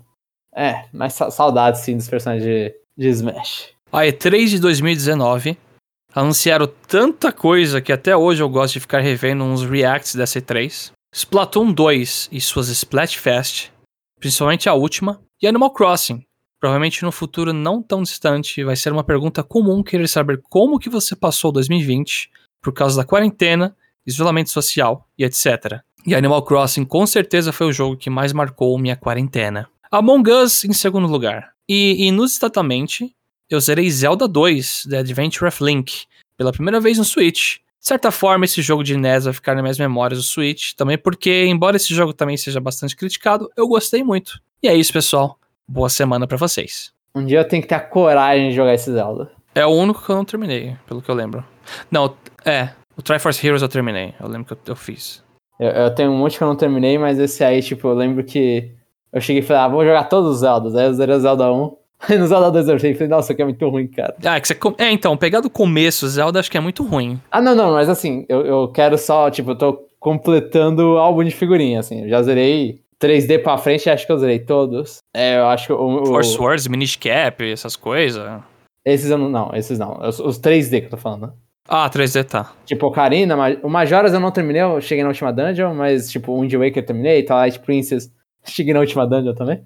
A: mas saudades sim dos personagens de Smash.
B: A E3 de 2019 anunciaram tanta coisa que até hoje eu gosto de ficar revendo uns reacts dessa E3. Splatoon 2 e suas Splatfest, principalmente a última, e Animal Crossing. Provavelmente no futuro não tão distante vai ser uma pergunta comum querer saber como que você passou 2020 por causa da quarentena, isolamento social e etc. E Animal Crossing com certeza foi o jogo que mais marcou minha quarentena. Among Us em segundo lugar. E inusitadamente, eu zerei Zelda 2, The Adventure of Link, pela primeira vez no Switch. De certa forma, esse jogo de NES vai ficar nas minhas memórias do Switch, também porque, embora esse jogo também seja bastante criticado, eu gostei muito. E é isso, pessoal. Boa semana pra vocês.
A: Um dia eu tenho que ter a coragem de jogar esse Zelda.
B: É o único que eu não terminei, pelo que eu lembro. Não, o Triforce Heroes eu terminei. Eu lembro que eu fiz.
A: Eu tenho um monte que eu não terminei, mas esse aí, tipo, eu lembro que eu cheguei e falei, vou jogar todos os Zeldas. Aí eu zerei o Zelda 1. Aí no Zelda 2 eu cheguei e falei, nossa, isso aqui é muito ruim, cara.
B: Ah, que você. Então, pegar do começo, Zelda acho que é muito ruim.
A: Não, mas assim, eu quero só, tipo, eu tô completando o álbum de figurinha, assim. Eu já zerei 3D pra frente, acho que eu zerei todos. Eu acho que
B: Force Wars, Minish Cap, essas coisas.
A: Esses eu não, esses não. Os 3D que eu tô falando, né?
B: Ah, 3D tá.
A: Tipo, Ocarina, o Majora's eu não terminei, eu cheguei na última dungeon, mas, tipo, o Wind Waker eu terminei, Twilight Princess, cheguei na última dungeon também.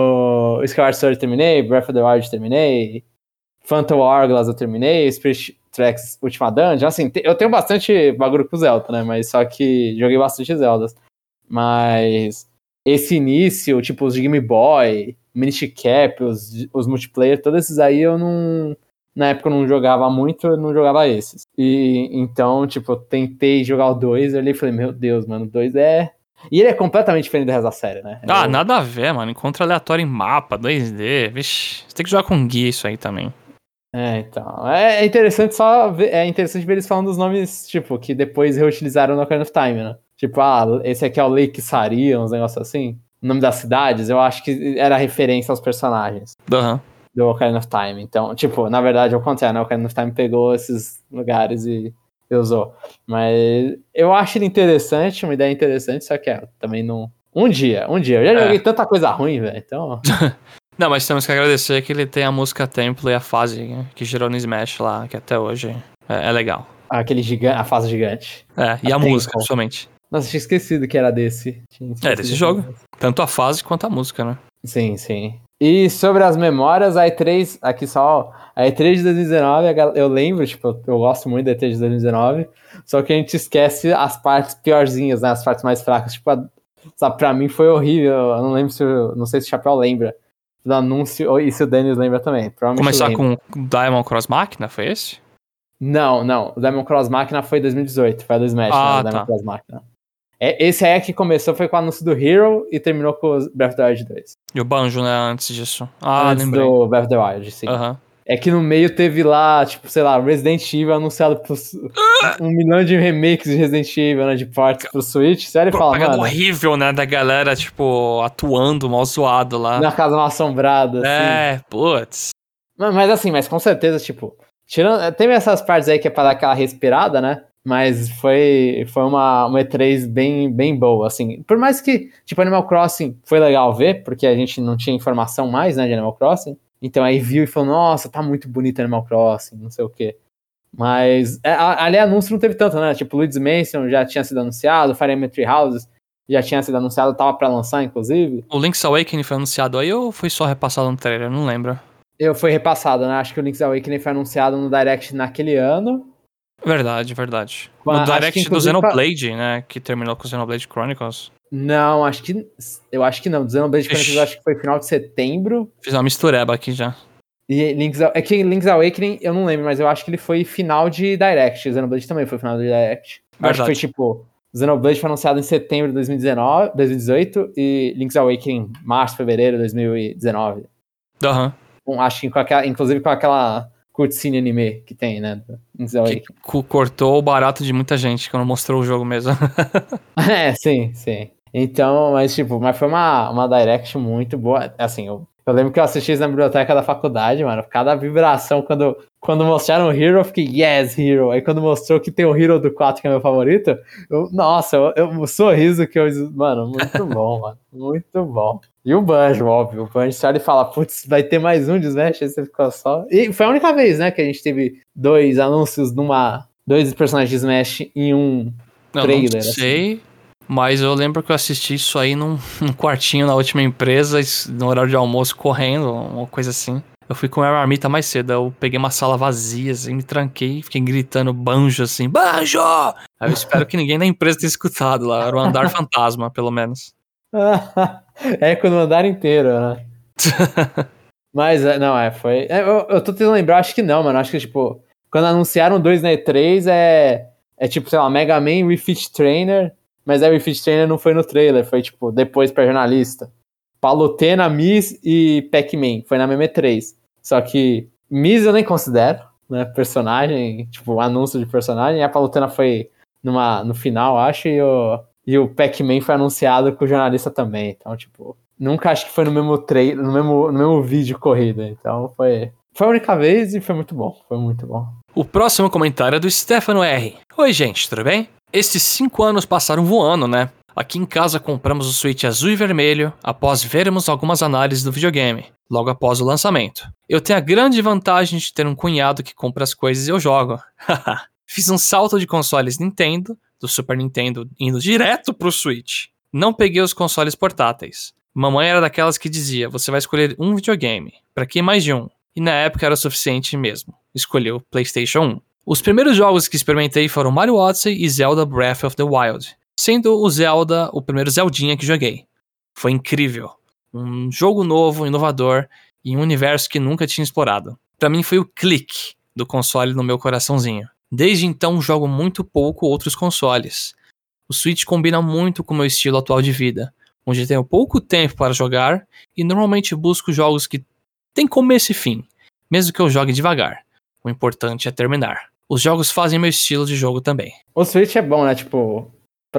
A: O Skyward Sword eu terminei, Breath of the Wild eu terminei, Phantom Hourglass eu terminei, Spirit Tracks última dungeon, assim, eu tenho bastante bagulho com Zelda, né, mas só que joguei bastante Zeldas. Mas esse início, tipo, os de Game Boy, Minish Cap, os multiplayer, todos esses aí eu não... Na época eu não jogava muito, eu não jogava esses. E então, tipo, eu tentei jogar o 2 ali e falei, meu Deus, mano, o 2 é... E ele é completamente diferente do resto da série, né?
B: Nada a ver, mano. Encontro aleatório em mapa, 2D. Vixe, você tem que jogar com guia isso aí também.
A: Então. É interessante só ver, é interessante ver eles falando dos nomes, tipo, que depois reutilizaram no Ocarina of Time, né? Tipo, esse aqui é o Lake Saria, uns negócios assim. O nome das cidades, eu acho que era referência aos personagens.
B: Aham.
A: Do Ocarina of Time. Então, tipo, na verdade, ao contrário, né? O Ocarina of Time pegou esses lugares e usou. Mas eu acho ele interessante, uma ideia interessante, só que também não... Um dia. Eu já joguei tanta coisa ruim, velho, então...
B: Não, mas temos que agradecer que ele tem a música Templo e a fase que gerou no Smash lá, que até hoje é legal.
A: Aquele gigante, a fase gigante.
B: E a música, principalmente.
A: Nossa, tinha esquecido que era desse.
B: Desse jogo. Tanto a fase quanto a música, né?
A: Sim, sim. E sobre as memórias, a E3, aqui só, a E3 de 2019, eu lembro, tipo, eu gosto muito da E3 de 2019, só que a gente esquece as partes piorzinhas, né, as partes mais fracas, tipo, sabe, pra mim foi horrível, eu não lembro não sei se o Chapéu lembra do anúncio, e se o Dennis lembra também,
B: Começar
A: lembra.
B: com Diamond Cross Machina, foi esse?
A: Não, o Diamond Cross Machina foi 2018, foi a do Smash, né, o Diamond Cross Machina. Esse aí que começou foi com o anúncio do Hero e terminou com o Breath of the Wild 2.
B: E o Banjo, né, antes disso.
A: Antes
B: lembrei.
A: do Breath of the Wild, sim. É que no meio teve lá, tipo, sei lá, Resident Evil anunciado por 1 milhão de remakes de Resident Evil, né, de partes pro Switch. Sério, fala, mano...
B: horrível, né, da galera, tipo, atuando mal zoado lá.
A: Na casa mal assombrada, assim.
B: Putz.
A: Mas com certeza, tipo... Teve essas partes aí que é pra dar aquela respirada, né? Mas foi uma E3 bem boa, assim. Por mais que, tipo, Animal Crossing foi legal ver, porque a gente não tinha informação mais, né, de Animal Crossing. Então aí viu e falou, nossa, tá muito bonito Animal Crossing, não sei o quê. Mas ali anúncio não teve tanto, né? Tipo, Luigi's Mansion já tinha sido anunciado, Fire Emblem Three Houses já tinha sido anunciado, tava pra lançar, inclusive.
B: O Link's Awakening foi anunciado aí ou foi só repassado no trailer? Não lembro.
A: Foi repassado, né? Acho que o Link's Awakening foi anunciado no Direct naquele ano.
B: Verdade. No Direct do Xenoblade, né? Que terminou com o Xenoblade Chronicles.
A: Não, eu acho que não. Do Xenoblade Chronicles eu acho que foi final de setembro.
B: Fiz uma mistureba aqui já.
A: E Link's Awakening, eu não lembro, mas eu acho que ele foi final de Direct. O Xenoblade também foi final de Direct. Eu acho que foi tipo... Xenoblade foi anunciado em setembro de 2018 e Link's Awakening em março, fevereiro de 2019. Acho que inclusive com aquela cutscene anime que tem, né?
B: Que cortou o barato de muita gente que não mostrou o jogo mesmo.
A: Sim. Então, mas foi uma Direct muito boa. Assim, eu lembro que eu assisti isso na biblioteca da faculdade, mano. Cada vibração, quando mostraram o Hero, eu fiquei, yes, Hero. Aí quando mostrou que tem o Hero do 4, que é meu favorito, o sorriso que eu... Mano, muito bom, mano. Muito bom. E o Banjo, óbvio. O Banjo sai e fala, putz, vai ter mais um de Smash, aí você ficou só... E foi a única vez, né, que a gente teve 2 anúncios dois personagens de Smash em um trailer.
B: Não sei... Assim. Mas eu lembro que eu assisti isso aí num quartinho na última empresa, no horário de almoço, correndo, uma coisa assim. Eu fui comer a marmita mais cedo, eu peguei uma sala vazia, assim, me tranquei, fiquei gritando Banjo, assim, Banjo! Aí eu espero que ninguém da empresa tenha escutado lá, era o andar fantasma, pelo menos.
A: Com o andar inteiro, né? Mas, não, foi... Eu tô tentando lembrar, acho que não, mano, acho que, tipo, quando anunciaram 2 na E3, é tipo, sei lá, Mega Man, Wii Fit Trainer... Mas a Wii Fit Trainer não foi no trailer, foi tipo, depois pra jornalista. Palutena, Miss e Pac-Man, foi na mesma E3. Só que Miss eu nem considero, né, personagem, tipo, anúncio de personagem. E a Palutena foi no final, acho, e E o Pac-Man foi anunciado com o jornalista também. Então, tipo, nunca acho que foi no mesmo trailer, no mesmo vídeo corrida. Então, foi a única vez e foi muito bom. Foi muito bom.
B: O próximo comentário é do Stefano R. Oi, gente, tudo bem? Esses 5 anos passaram voando, né? Aqui em casa compramos o Switch azul e vermelho após vermos algumas análises do videogame, logo após o lançamento. Eu tenho a grande vantagem de ter um cunhado que compra as coisas e eu jogo. Fiz um salto de consoles Nintendo, do Super Nintendo indo direto pro Switch. Não peguei os consoles portáteis. Mamãe era daquelas que dizia, você vai escolher um videogame, pra que mais de um? E na época era o suficiente mesmo. Escolhi o PlayStation 1. Os primeiros jogos que experimentei foram Mario Odyssey e Zelda Breath of the Wild, sendo o Zelda o primeiro Zeldinha que joguei. Foi incrível. Um jogo novo, inovador e um universo que nunca tinha explorado. Pra mim foi o clique do console no meu coraçãozinho. Desde então jogo muito pouco outros consoles. O Switch combina muito com o meu estilo atual de vida, onde tenho pouco tempo para jogar e normalmente busco jogos que têm começo e fim, mesmo que eu jogue devagar. O importante é terminar. Os jogos fazem meu estilo de jogo também.
A: O Switch é bom, né? Tipo,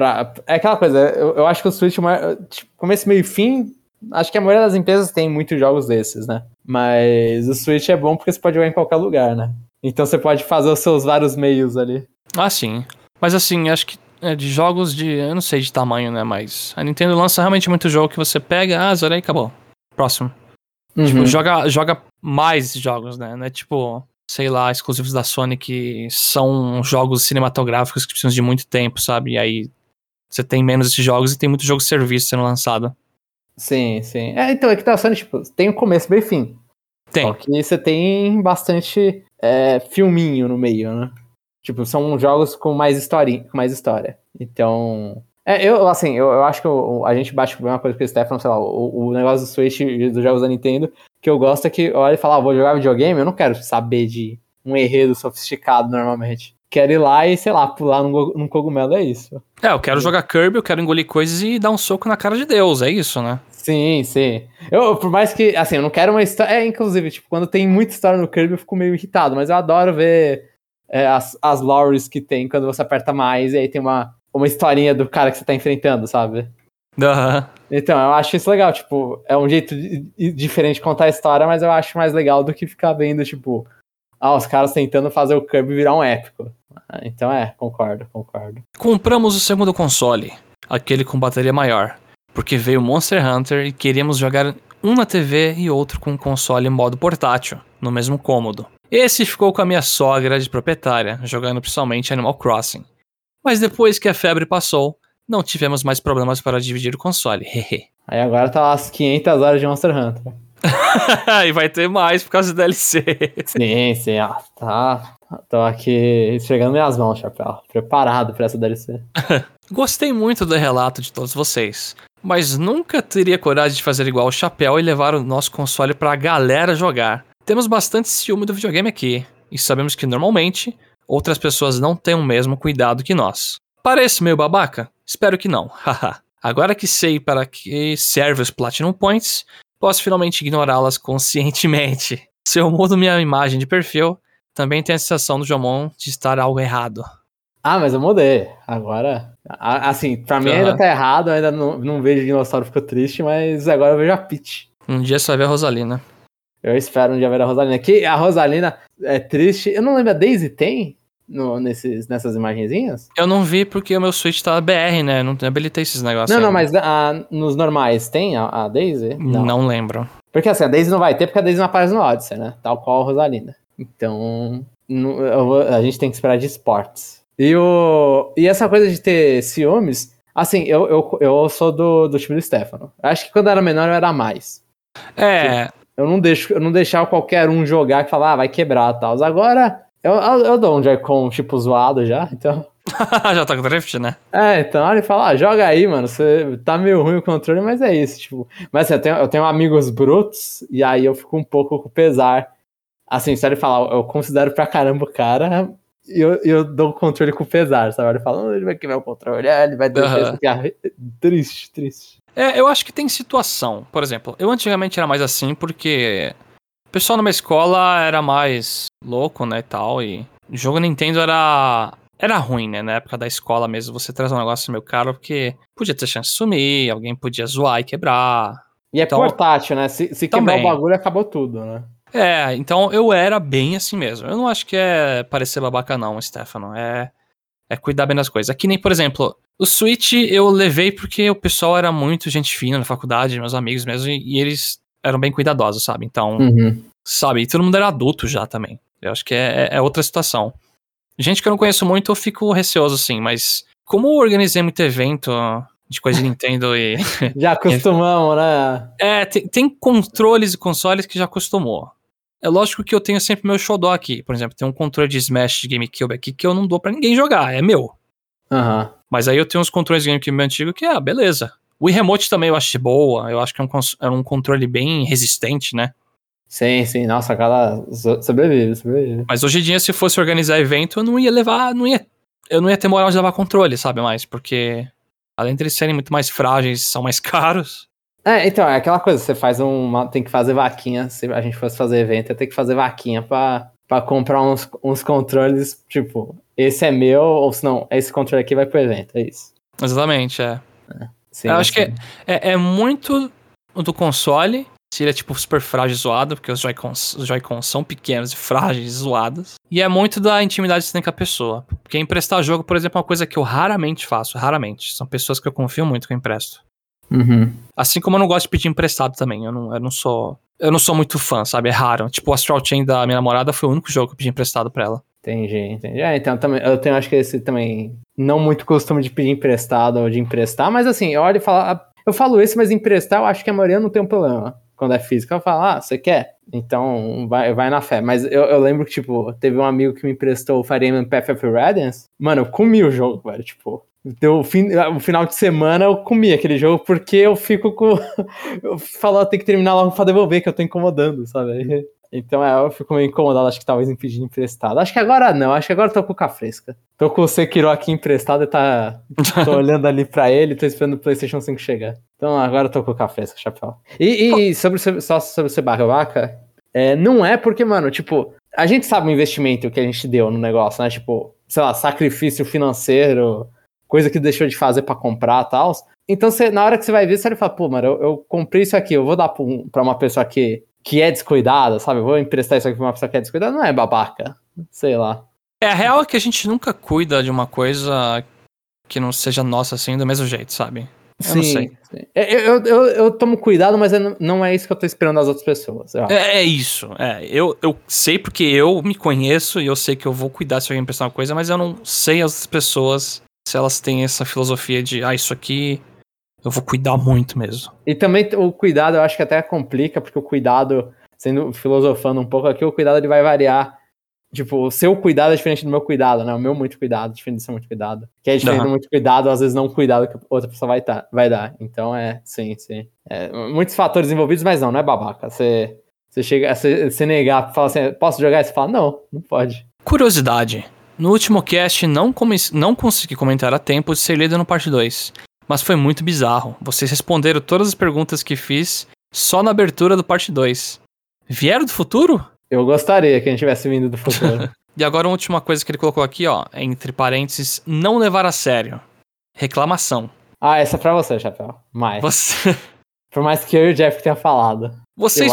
A: é aquela coisa, eu acho que o Switch, tipo, começo, meio e fim, acho que a maioria das empresas tem muitos jogos desses, né? Mas o Switch é bom porque você pode jogar em qualquer lugar, né? Então você pode fazer os seus vários meios ali.
B: Ah, sim. Mas assim, acho que de jogos de... eu não sei de tamanho, né? Mas a Nintendo lança realmente muito jogo que você pega, zerei e acabou. Próximo.
A: Uhum.
B: Tipo, joga mais jogos, né? Não é tipo, sei lá, exclusivos da Sony que são jogos cinematográficos que precisam de muito tempo, sabe? E aí você tem menos esses jogos e tem muito jogo de serviço sendo lançado.
A: Sim, sim. Então, é que tá sendo, tipo, tem o começo, meio e fim.
B: Tem.
A: Só que você tem bastante filminho no meio, né? Tipo, são jogos com mais história. Então... eu acho que a gente bate com a mesma coisa que o Stefano, sei lá, o negócio do Switch e dos jogos da Nintendo, que eu gosto é que olha e fala, vou jogar videogame, eu não quero saber de um enredo sofisticado normalmente. Quero ir lá e, sei lá, pular num cogumelo, é isso.
B: Eu quero jogar Kirby, eu quero engolir coisas e dar um soco na cara de Deus, é isso, né?
A: Sim, sim. Por mais que, assim, eu não quero uma história... inclusive, tipo, quando tem muita história no Kirby eu fico meio irritado, mas eu adoro ver as lores que tem quando você aperta mais e aí tem uma historinha do cara que você tá enfrentando, sabe?
B: Uhum.
A: Então, eu acho isso legal, tipo, é um jeito diferente de contar a história, mas eu acho mais legal do que ficar vendo, tipo, os caras tentando fazer o Kirby virar um épico. Então, concordo.
B: Compramos o segundo console, aquele com bateria maior, porque veio Monster Hunter e queríamos jogar um na TV e outro com o console em modo portátil, no mesmo cômodo. Esse ficou com a minha sogra de proprietária, jogando principalmente Animal Crossing. Mas depois que a febre passou, não tivemos mais problemas para dividir o console, hehe.
A: Aí agora tá lá as 500 horas de Monster Hunter.
B: E vai ter mais por causa do DLC.
A: Sim, tá. Tô aqui esfregando minhas mãos, Chapéu. Preparado pra essa DLC.
B: Gostei muito do relato de todos vocês, mas nunca teria coragem de fazer igual o Chapéu e levar o nosso console pra galera jogar. Temos bastante ciúme do videogame aqui, e sabemos que normalmente outras pessoas não têm o mesmo cuidado que nós. Parece meio babaca? Espero que não, haha. Agora que sei para que servem os Platinum Points, posso finalmente ignorá-las conscientemente. Se eu mudo minha imagem de perfil, também tem a sensação do Jomon de estar algo errado.
A: Mas eu mudei. Agora, assim, pra mim ainda tá errado, eu ainda não vejo o dinossauro, fico triste, mas agora eu vejo a Peach.
B: Um dia você vai ver a Rosalina.
A: Eu espero um dia ver a Rosalina. Que a Rosalina é triste. Eu não lembro, a Daisy tem nessas imagenzinhas?
B: Eu não vi porque o meu Switch tá BR, né? Não habilitei esses negócios.
A: Não, mas nos normais tem a Daisy?
B: Não lembro.
A: Porque assim, a Daisy não vai ter porque a Daisy não aparece no Odyssey, né? Tal qual a Rosalina. Então, a gente tem que esperar de esportes. E essa coisa de ter ciúmes, assim, eu sou do time do Stefano. Acho que quando eu era menor eu era mais. Eu não deixava qualquer um jogar que falar, vai quebrar e tal. Agora, eu dou um Joy-Con tipo zoado já, então...
B: Já tá com drift, né?
A: Então ele fala, joga aí, mano, você tá meio ruim o controle, mas é isso, tipo... Mas assim, eu tenho amigos brutos, e aí eu fico um pouco com pesar. Assim, se ele falar, eu considero pra caramba o cara, e eu dou o controle com pesar, sabe? Ele fala, ele vai quebrar o controle, ele vai deixar isso. Triste.
B: Eu acho que tem situação. Por exemplo, eu antigamente era mais assim porque o pessoal numa escola era mais louco, né, e tal, e o jogo Nintendo era era ruim, né? Na época da escola mesmo, você traz um negócio meio caro, porque podia ter chance de sumir, alguém podia zoar e quebrar.
A: E é
B: Então,
A: portátil, né? Se quebrar o bagulho, acabou tudo, né?
B: Então eu era bem assim mesmo. Eu não acho que é parecer babaca não, Stefano. É cuidar bem das coisas. Aqui nem, por exemplo, o Switch eu levei porque o pessoal era muito gente fina na faculdade, meus amigos mesmo, e eles eram bem cuidadosos, sabe? Então, sabe? E todo mundo era adulto já também. Eu acho que é outra situação. Gente que eu não conheço muito, eu fico receoso, assim, mas como eu organizei muito evento de coisa de Nintendo e...
A: Já acostumamos, né?
B: Tem controles e consoles que já acostumou. É lógico que eu tenho sempre meu xodó aqui. Por exemplo, tem um controle de Smash de GameCube aqui que eu não dou pra ninguém jogar, é meu. Mas aí eu tenho uns controles de GameCube antigo que, beleza. O Wii Remote também eu acho boa, eu acho que é um controle bem resistente, né?
A: Sim, nossa, cara sobrevive.
B: Mas hoje em dia, se fosse organizar evento, eu não ia ter moral de levar controle, sabe? Mais, porque além de eles serem muito mais frágeis, são mais caros.
A: Então, é aquela coisa, você faz tem que fazer vaquinha, se a gente fosse fazer evento, ia ter que fazer vaquinha pra comprar uns controles, tipo, esse é meu, ou se não, esse controle aqui vai pro evento, é isso.
B: Exatamente,
A: Sim,
B: eu acho que é muito do console, se ele é tipo super frágil e zoado, porque os Joy-Cons são pequenos e frágeis e zoados. E é muito da intimidade que você tem com a pessoa. Porque emprestar jogo, por exemplo, é uma coisa que eu raramente faço, raramente. São pessoas que eu confio muito que eu empresto. Assim como eu não gosto de pedir emprestado também. Eu não sou muito fã, sabe? É raro. Tipo, o Astral Chain da minha namorada foi o único jogo que eu pedi emprestado pra ela.
A: Entendi. Então também, eu tenho, acho que esse também, não muito costume de pedir emprestado ou de emprestar, mas assim, eu olho e falo, eu falo isso, mas emprestar eu acho que a maioria não tem um problema. Quando é físico, eu falo, você quer? Então vai na fé. Mas eu lembro que, tipo, teve um amigo que me emprestou o Fire Emblem Path of Radiance. Mano, eu comi o jogo, velho, tipo... O final de semana eu comi aquele jogo porque eu fico com... eu falo, tem que terminar logo pra devolver, que eu tô incomodando, sabe? Então eu fico meio incomodado, acho que talvez em pedir emprestado. Acho que agora não, acho que agora eu tô com cuca fresca. Tô com o Sekiro aqui emprestado e tô olhando ali pra ele, tô esperando o PlayStation 5 chegar. Então agora eu tô com cuca fresca, chapéu. E só sobre o Sebaca, não é porque, mano, tipo, a gente sabe o investimento que a gente deu no negócio, né? Tipo, sei lá, sacrifício financeiro, coisa que deixou de fazer pra comprar e tal. Então, na hora que você vai ver, você vai falar, pô, mano, eu comprei isso aqui, eu vou dar pra uma pessoa que é descuidada, sabe? Eu vou emprestar isso aqui pra uma pessoa que é descuidada, não é babaca. Sei lá.
B: A real é que a gente nunca cuida de uma coisa que não seja nossa assim do mesmo jeito, sabe? Eu não sei.
A: Sim. Eu tomo cuidado, mas não é isso que eu tô esperando das outras pessoas.
B: Isso. Eu sei porque eu me conheço e eu sei que eu vou cuidar se alguém emprestar uma coisa, mas eu não sei as pessoas se elas têm essa filosofia de, isso aqui eu vou cuidar muito mesmo.
A: E também o cuidado eu acho que até complica, porque o cuidado, filosofando um pouco aqui, o cuidado ele vai variar. Tipo, o seu cuidado é diferente do meu cuidado, né? O meu muito cuidado é diferente do seu muito cuidado. Que é diferente do muito cuidado, às vezes não cuidado que outra pessoa vai dar. Então sim. Muitos fatores envolvidos, mas não é babaca. Você chega a se negar, fala assim, posso jogar? E você fala, não pode.
B: Curiosidade. No último cast não consegui comentar a tempo de ser lido no parte 2. Mas foi muito bizarro. Vocês responderam todas as perguntas que fiz só na abertura do parte 2. Vieram do futuro?
A: Eu gostaria que a gente tivesse vindo do futuro.
B: E agora a última coisa que ele colocou aqui, entre parênteses, não levar a sério. Reclamação.
A: Essa é pra você, Chapéu.
B: Você...
A: Por mais que eu e o Jeff tenham falado.
B: Vocês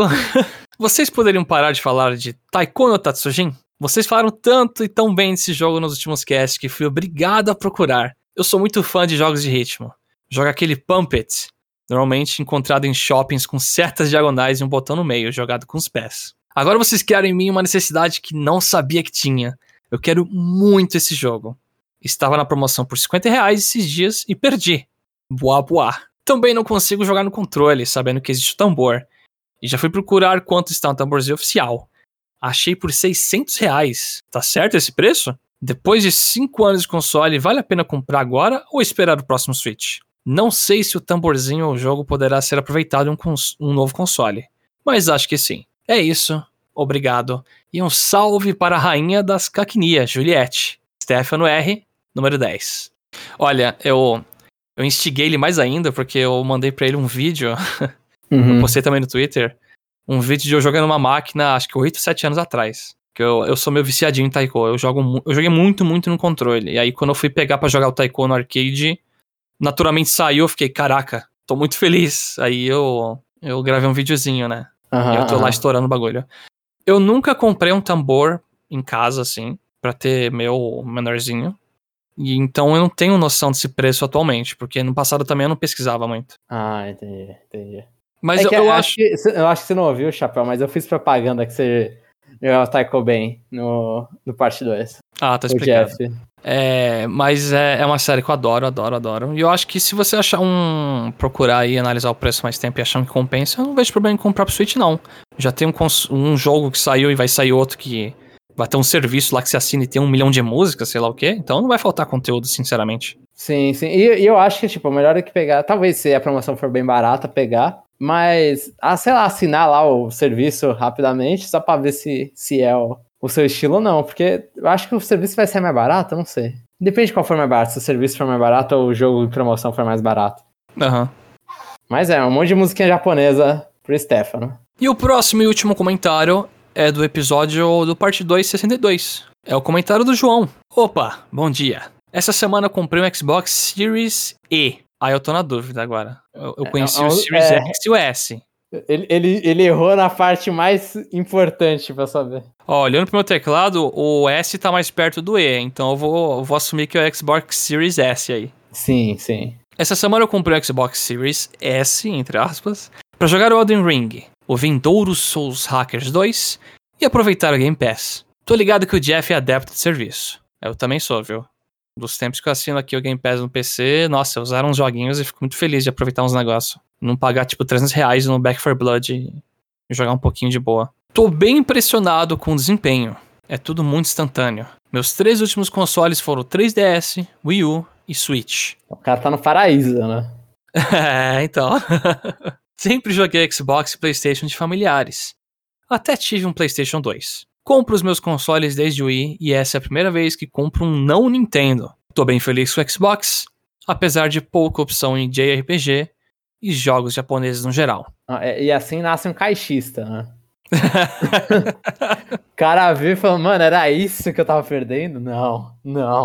B: poderiam parar de falar de Taiko no Tatsujin? Vocês falaram tanto e tão bem desse jogo nos últimos casts que fui obrigado a procurar. Eu sou muito fã de jogos de ritmo. Joga aquele Pump It, normalmente encontrado em shoppings com setas diagonais e um botão no meio, jogado com os pés. Agora vocês criaram em mim uma necessidade que não sabia que tinha. Eu quero muito esse jogo. Estava na promoção por R$50 esses dias e perdi. Boa. Também não consigo jogar no controle, sabendo que existe o tambor. E já fui procurar quanto está um tamborzinho oficial. Achei por R$600. Tá certo esse preço? Depois de 5 anos de console, vale a pena comprar agora ou esperar o próximo Switch? Não sei se o tamborzinho ou o jogo poderá ser aproveitado em um novo console, mas acho que sim. É isso, obrigado, e um salve para a rainha das Cacnia, Juliette, Stefano R, número 10. Olha, eu instiguei ele mais ainda, porque eu mandei pra ele um vídeo, eu postei também no Twitter, um vídeo de eu jogando uma máquina, acho que 8, 7 anos atrás. Que eu sou meio viciadinho em Taiko. Eu joguei muito, muito no controle. E aí, quando eu fui pegar pra jogar o Taiko no arcade, naturalmente saiu, eu fiquei, caraca, tô muito feliz. Aí eu gravei um videozinho, né? E eu tô lá estourando o bagulho. Eu nunca comprei um tambor em casa, assim, pra ter meu menorzinho. E então eu não tenho noção desse preço atualmente, porque no passado também eu não pesquisava muito.
A: Ah, entendi.
B: Mas
A: eu
B: acho
A: que eu acho que você não ouviu, Chapéu, mas eu fiz propaganda que você jogava Taiko bem no parte 2.
B: Ah, tá
A: O
B: explicado.
A: Jeff.
B: Mas é uma série que eu adoro. E eu acho que se você achar procurar aí, analisar o preço mais tempo e achar que compensa, eu não vejo problema em comprar pro Switch, não. Já tem um jogo que saiu e vai sair outro que vai ter um serviço lá que você assina e tem 1 milhão de músicas, sei lá o quê. Então não vai faltar conteúdo, sinceramente.
A: Sim. E eu acho que, tipo, melhor é que pegar. Talvez se a promoção for bem barata, pegar. Mas, sei lá, assinar lá o serviço rapidamente, só pra ver se é o seu estilo ou não. Porque eu acho que o serviço vai ser mais barato, eu não sei. Depende de qual for mais barato, se o serviço for mais barato ou o jogo em promoção for mais barato.
B: Aham.
A: Mas um monte de musiquinha japonesa pro Stefano.
B: E o próximo e último comentário é do episódio do parte 262. É o comentário do João. Opa, bom dia. Essa semana eu comprei um Xbox Series E. Eu tô na dúvida agora. Eu conheci o Series X e o S.
A: Ele errou na parte mais importante pra saber.
B: Olhando pro meu teclado, o S tá mais perto do E, então eu vou assumir que é o Xbox Series S aí.
A: Sim.
B: Essa semana eu comprei o Xbox Series S, entre aspas, pra jogar o Elden Ring, o Vindouro Souls Hackers 2 e aproveitar o Game Pass. Tô ligado que o Jeff é adepto de serviço. Eu também sou, viu? Dos tempos que eu assino aqui o Game Pass no PC, nossa, eu usar uns joguinhos e fico muito feliz de aproveitar uns negócios. Não pagar tipo R$300 no Back 4 Blood e jogar um pouquinho de boa. Tô bem impressionado com o desempenho. É tudo muito instantâneo. Meus 3 últimos consoles foram o 3DS, Wii U e Switch.
A: O cara tá no paraíso, né?
B: Então. Sempre joguei Xbox e PlayStation de familiares. Até tive um PlayStation 2. Compro os meus consoles desde o Wii e essa é a primeira vez que compro um não Nintendo. Tô bem feliz com o Xbox, apesar de pouca opção em JRPG e jogos japoneses no geral.
A: E assim nasce um caixista, né? O cara viu e falou, mano, era isso que eu tava perdendo? Não.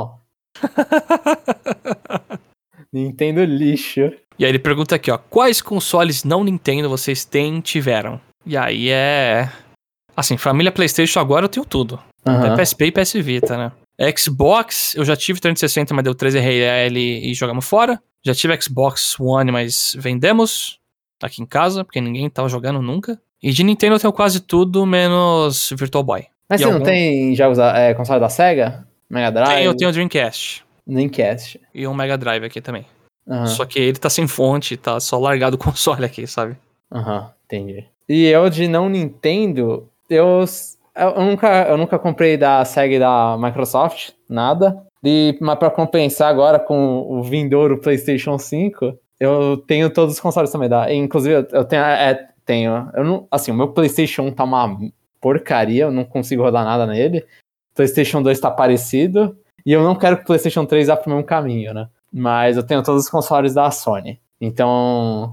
A: Nintendo lixo.
B: E aí ele pergunta aqui, ó, quais consoles não Nintendo vocês tiveram? E aí assim, família PlayStation agora eu tenho tudo. Até PSP e PS Vita, né? Xbox, eu já tive 360, mas deu 3 RL e jogamos fora. Já tive Xbox One, mas vendemos aqui em casa, porque ninguém tava jogando nunca. E de Nintendo eu tenho quase tudo, menos Virtual Boy.
A: Mas você não tem jogos console da Sega? Mega Drive?
B: Eu tenho o Dreamcast.
A: Dreamcast.
B: E um Mega Drive aqui também. Só que ele tá sem fonte, tá só largado o console aqui, sabe?
A: Entendi. E eu de não Nintendo, eu nunca comprei da Sega e da Microsoft, nada. Mas pra compensar agora com o vindouro PlayStation 5, eu tenho todos os consoles também. Inclusive, eu tenho. O meu PlayStation 1 tá uma porcaria, eu não consigo rodar nada nele. PlayStation 2 tá parecido. E eu não quero que o PlayStation 3 vá pro mesmo caminho, né? Mas eu tenho todos os consoles da Sony. Então...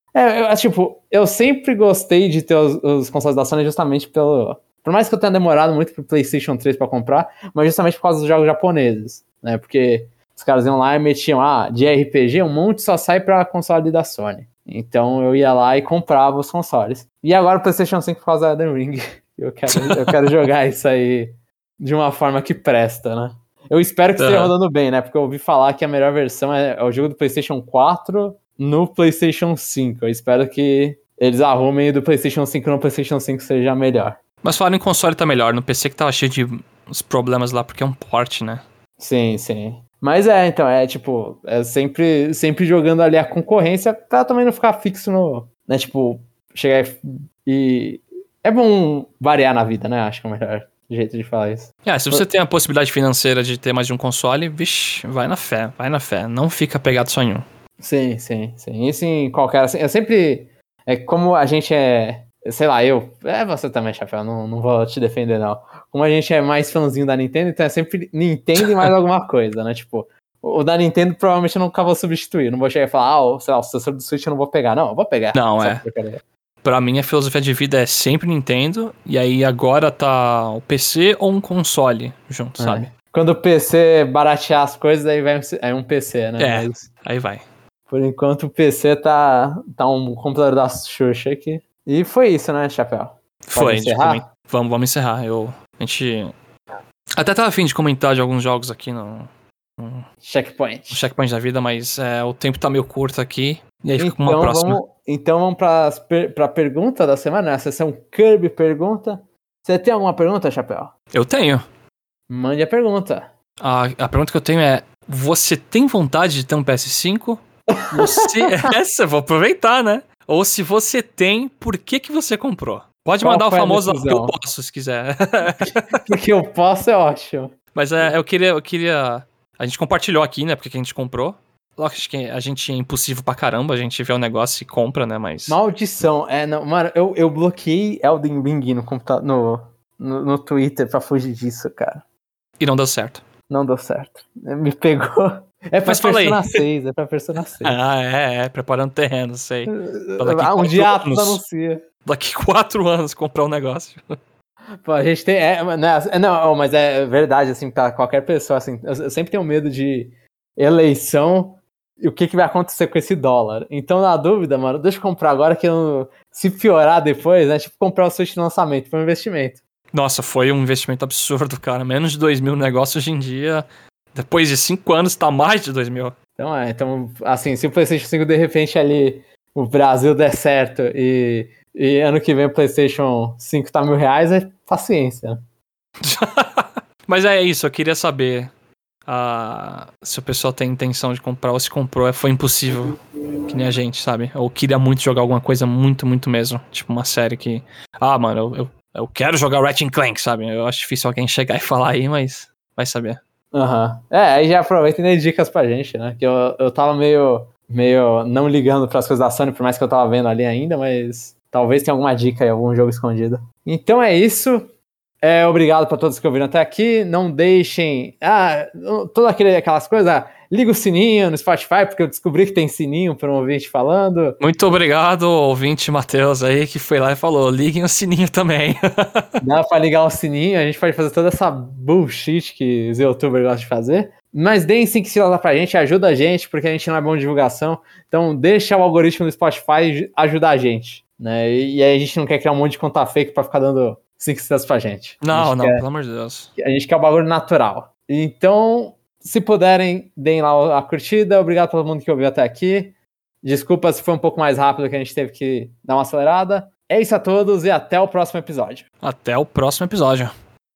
A: eu sempre gostei de ter os consoles da Sony justamente pelo... Por mais que eu tenha demorado muito pro PlayStation 3 pra comprar, mas justamente por causa dos jogos japoneses, né? Porque os caras iam lá e metiam, de RPG, um monte só sai pra console da Sony. Então eu ia lá e comprava os consoles. E agora o PlayStation 5 por causa da Elden Ring. Eu quero jogar isso aí de uma forma que presta, né? Eu espero que esteja rodando bem, né? Porque eu ouvi falar que a melhor versão é o jogo do PlayStation 4 no PlayStation 5. Eu espero que eles arrumem do PlayStation 5 no PlayStation 5 seja melhor.
B: Mas falando em console tá melhor. No PC que tava cheio de uns problemas lá, porque é um port, né?
A: Sim. Mas então, sempre jogando ali a concorrência pra também não ficar fixo no... Né, tipo, chegar e... É bom variar na vida, né? Acho que é o melhor jeito de falar isso.
B: Se você tem a possibilidade financeira de ter mais de um console, vixe, vai na fé. Não fica pegado só em um.
A: Sim. Isso em qualquer... Assim, eu sempre... Como a gente sei lá, você também, Chapéu, não vou te defender, não. Como a gente é mais fãzinho da Nintendo, então é sempre Nintendo e mais alguma coisa, né? Tipo, o da Nintendo provavelmente eu nunca vou substituir. Não vou chegar e falar, sei lá, o sucessor do Switch eu não vou pegar. Não, eu vou pegar.
B: Não, Pra mim, a filosofia de vida é sempre Nintendo, e aí agora tá o PC ou um console junto, sabe?
A: Quando o PC baratear as coisas, aí vai um PC, né?
B: Mas aí vai.
A: Por enquanto o PC tá um computador da Xuxa aqui. E foi isso, né, Chapéu?
B: Foi,
A: encerrar?
B: Vamos encerrar. A gente até tava a fim de comentar de alguns jogos aqui no Checkpoint da vida, mas o tempo tá meio curto aqui. E aí fica com uma próxima.
A: Então vamos pra pergunta da semana, a sessão Kirby Pergunta. Você tem alguma pergunta, Chapéu?
B: Eu tenho.
A: Mande a pergunta.
B: A pergunta que eu tenho é: você tem vontade de ter um PS5? Essa eu vou aproveitar, né? Ou se você tem, por que você comprou? Pode mandar o famoso eu posso, se quiser.
A: Porque eu posso é ótimo.
B: Mas eu queria... A gente compartilhou aqui, né? Porque a gente comprou. Lógico que a gente é impossível pra caramba. A gente vê o negócio e compra, né? Mas...
A: Maldição. Não, mano, eu bloqueei Elden Ring no Twitter pra fugir disso, cara.
B: E não deu certo.
A: Não deu certo. Me pegou... É pra Persona 6, é pra Persona 6.
B: Preparando terreno, sei.
A: Um dia anuncia.
B: Daqui 4 anos comprar um negócio.
A: Pô, a gente tem... Não, mas é verdade, assim, pra qualquer pessoa, assim, eu sempre tenho medo de eleição e o que vai acontecer com esse dólar. Então, na dúvida, mano, deixa eu comprar agora que se piorar depois, né, tipo, comprar o Switch no lançamento, foi um investimento.
B: Nossa, foi um investimento absurdo, cara. Menos de 2 mil negócios hoje em dia... Depois de 5 anos, tá mais de 2 mil.
A: Então, assim, se o PlayStation 5 de repente ali, o Brasil der certo e ano que vem o PlayStation 5 tá R$1.000, é paciência.
B: Mas é isso, eu queria saber se o pessoal tem intenção de comprar ou se comprou, foi impossível, que nem a gente, sabe? Ou queria muito jogar alguma coisa muito, muito mesmo. Tipo uma série que... mano, eu quero jogar Ratchet & Clank, sabe? Eu acho difícil alguém chegar e falar aí, mas vai saber.
A: Aí já aproveita e dê dicas pra gente, né? Que eu tava meio não ligando pras coisas da Sony, por mais que eu tava vendo ali ainda, mas talvez tenha alguma dica aí, algum jogo escondido. Então é isso. Obrigado pra todos que ouviram até aqui. Não deixem... todas aquelas coisas... liga o sininho no Spotify, porque eu descobri que tem sininho para um ouvinte falando.
B: Muito obrigado, ouvinte Matheus aí, que foi lá e falou, liguem o sininho também.
A: Dá pra ligar o sininho, a gente pode fazer toda essa bullshit que os youtubers gostam de fazer. Mas deem 5 estrelas lá pra gente, ajuda a gente, porque a gente não é bom de divulgação. Então deixa o algoritmo do Spotify ajudar a gente, né? E aí a gente não quer criar um monte de conta fake pra ficar dando 5 estrelas pra gente.
B: Não, pelo amor de Deus.
A: A gente quer o bagulho natural. Então... se puderem, deem lá a curtida. Obrigado a todo mundo que ouviu até aqui. Desculpa se foi um pouco mais rápido que a gente teve que dar uma acelerada. É isso a todos e até o próximo episódio.
B: Até o próximo episódio.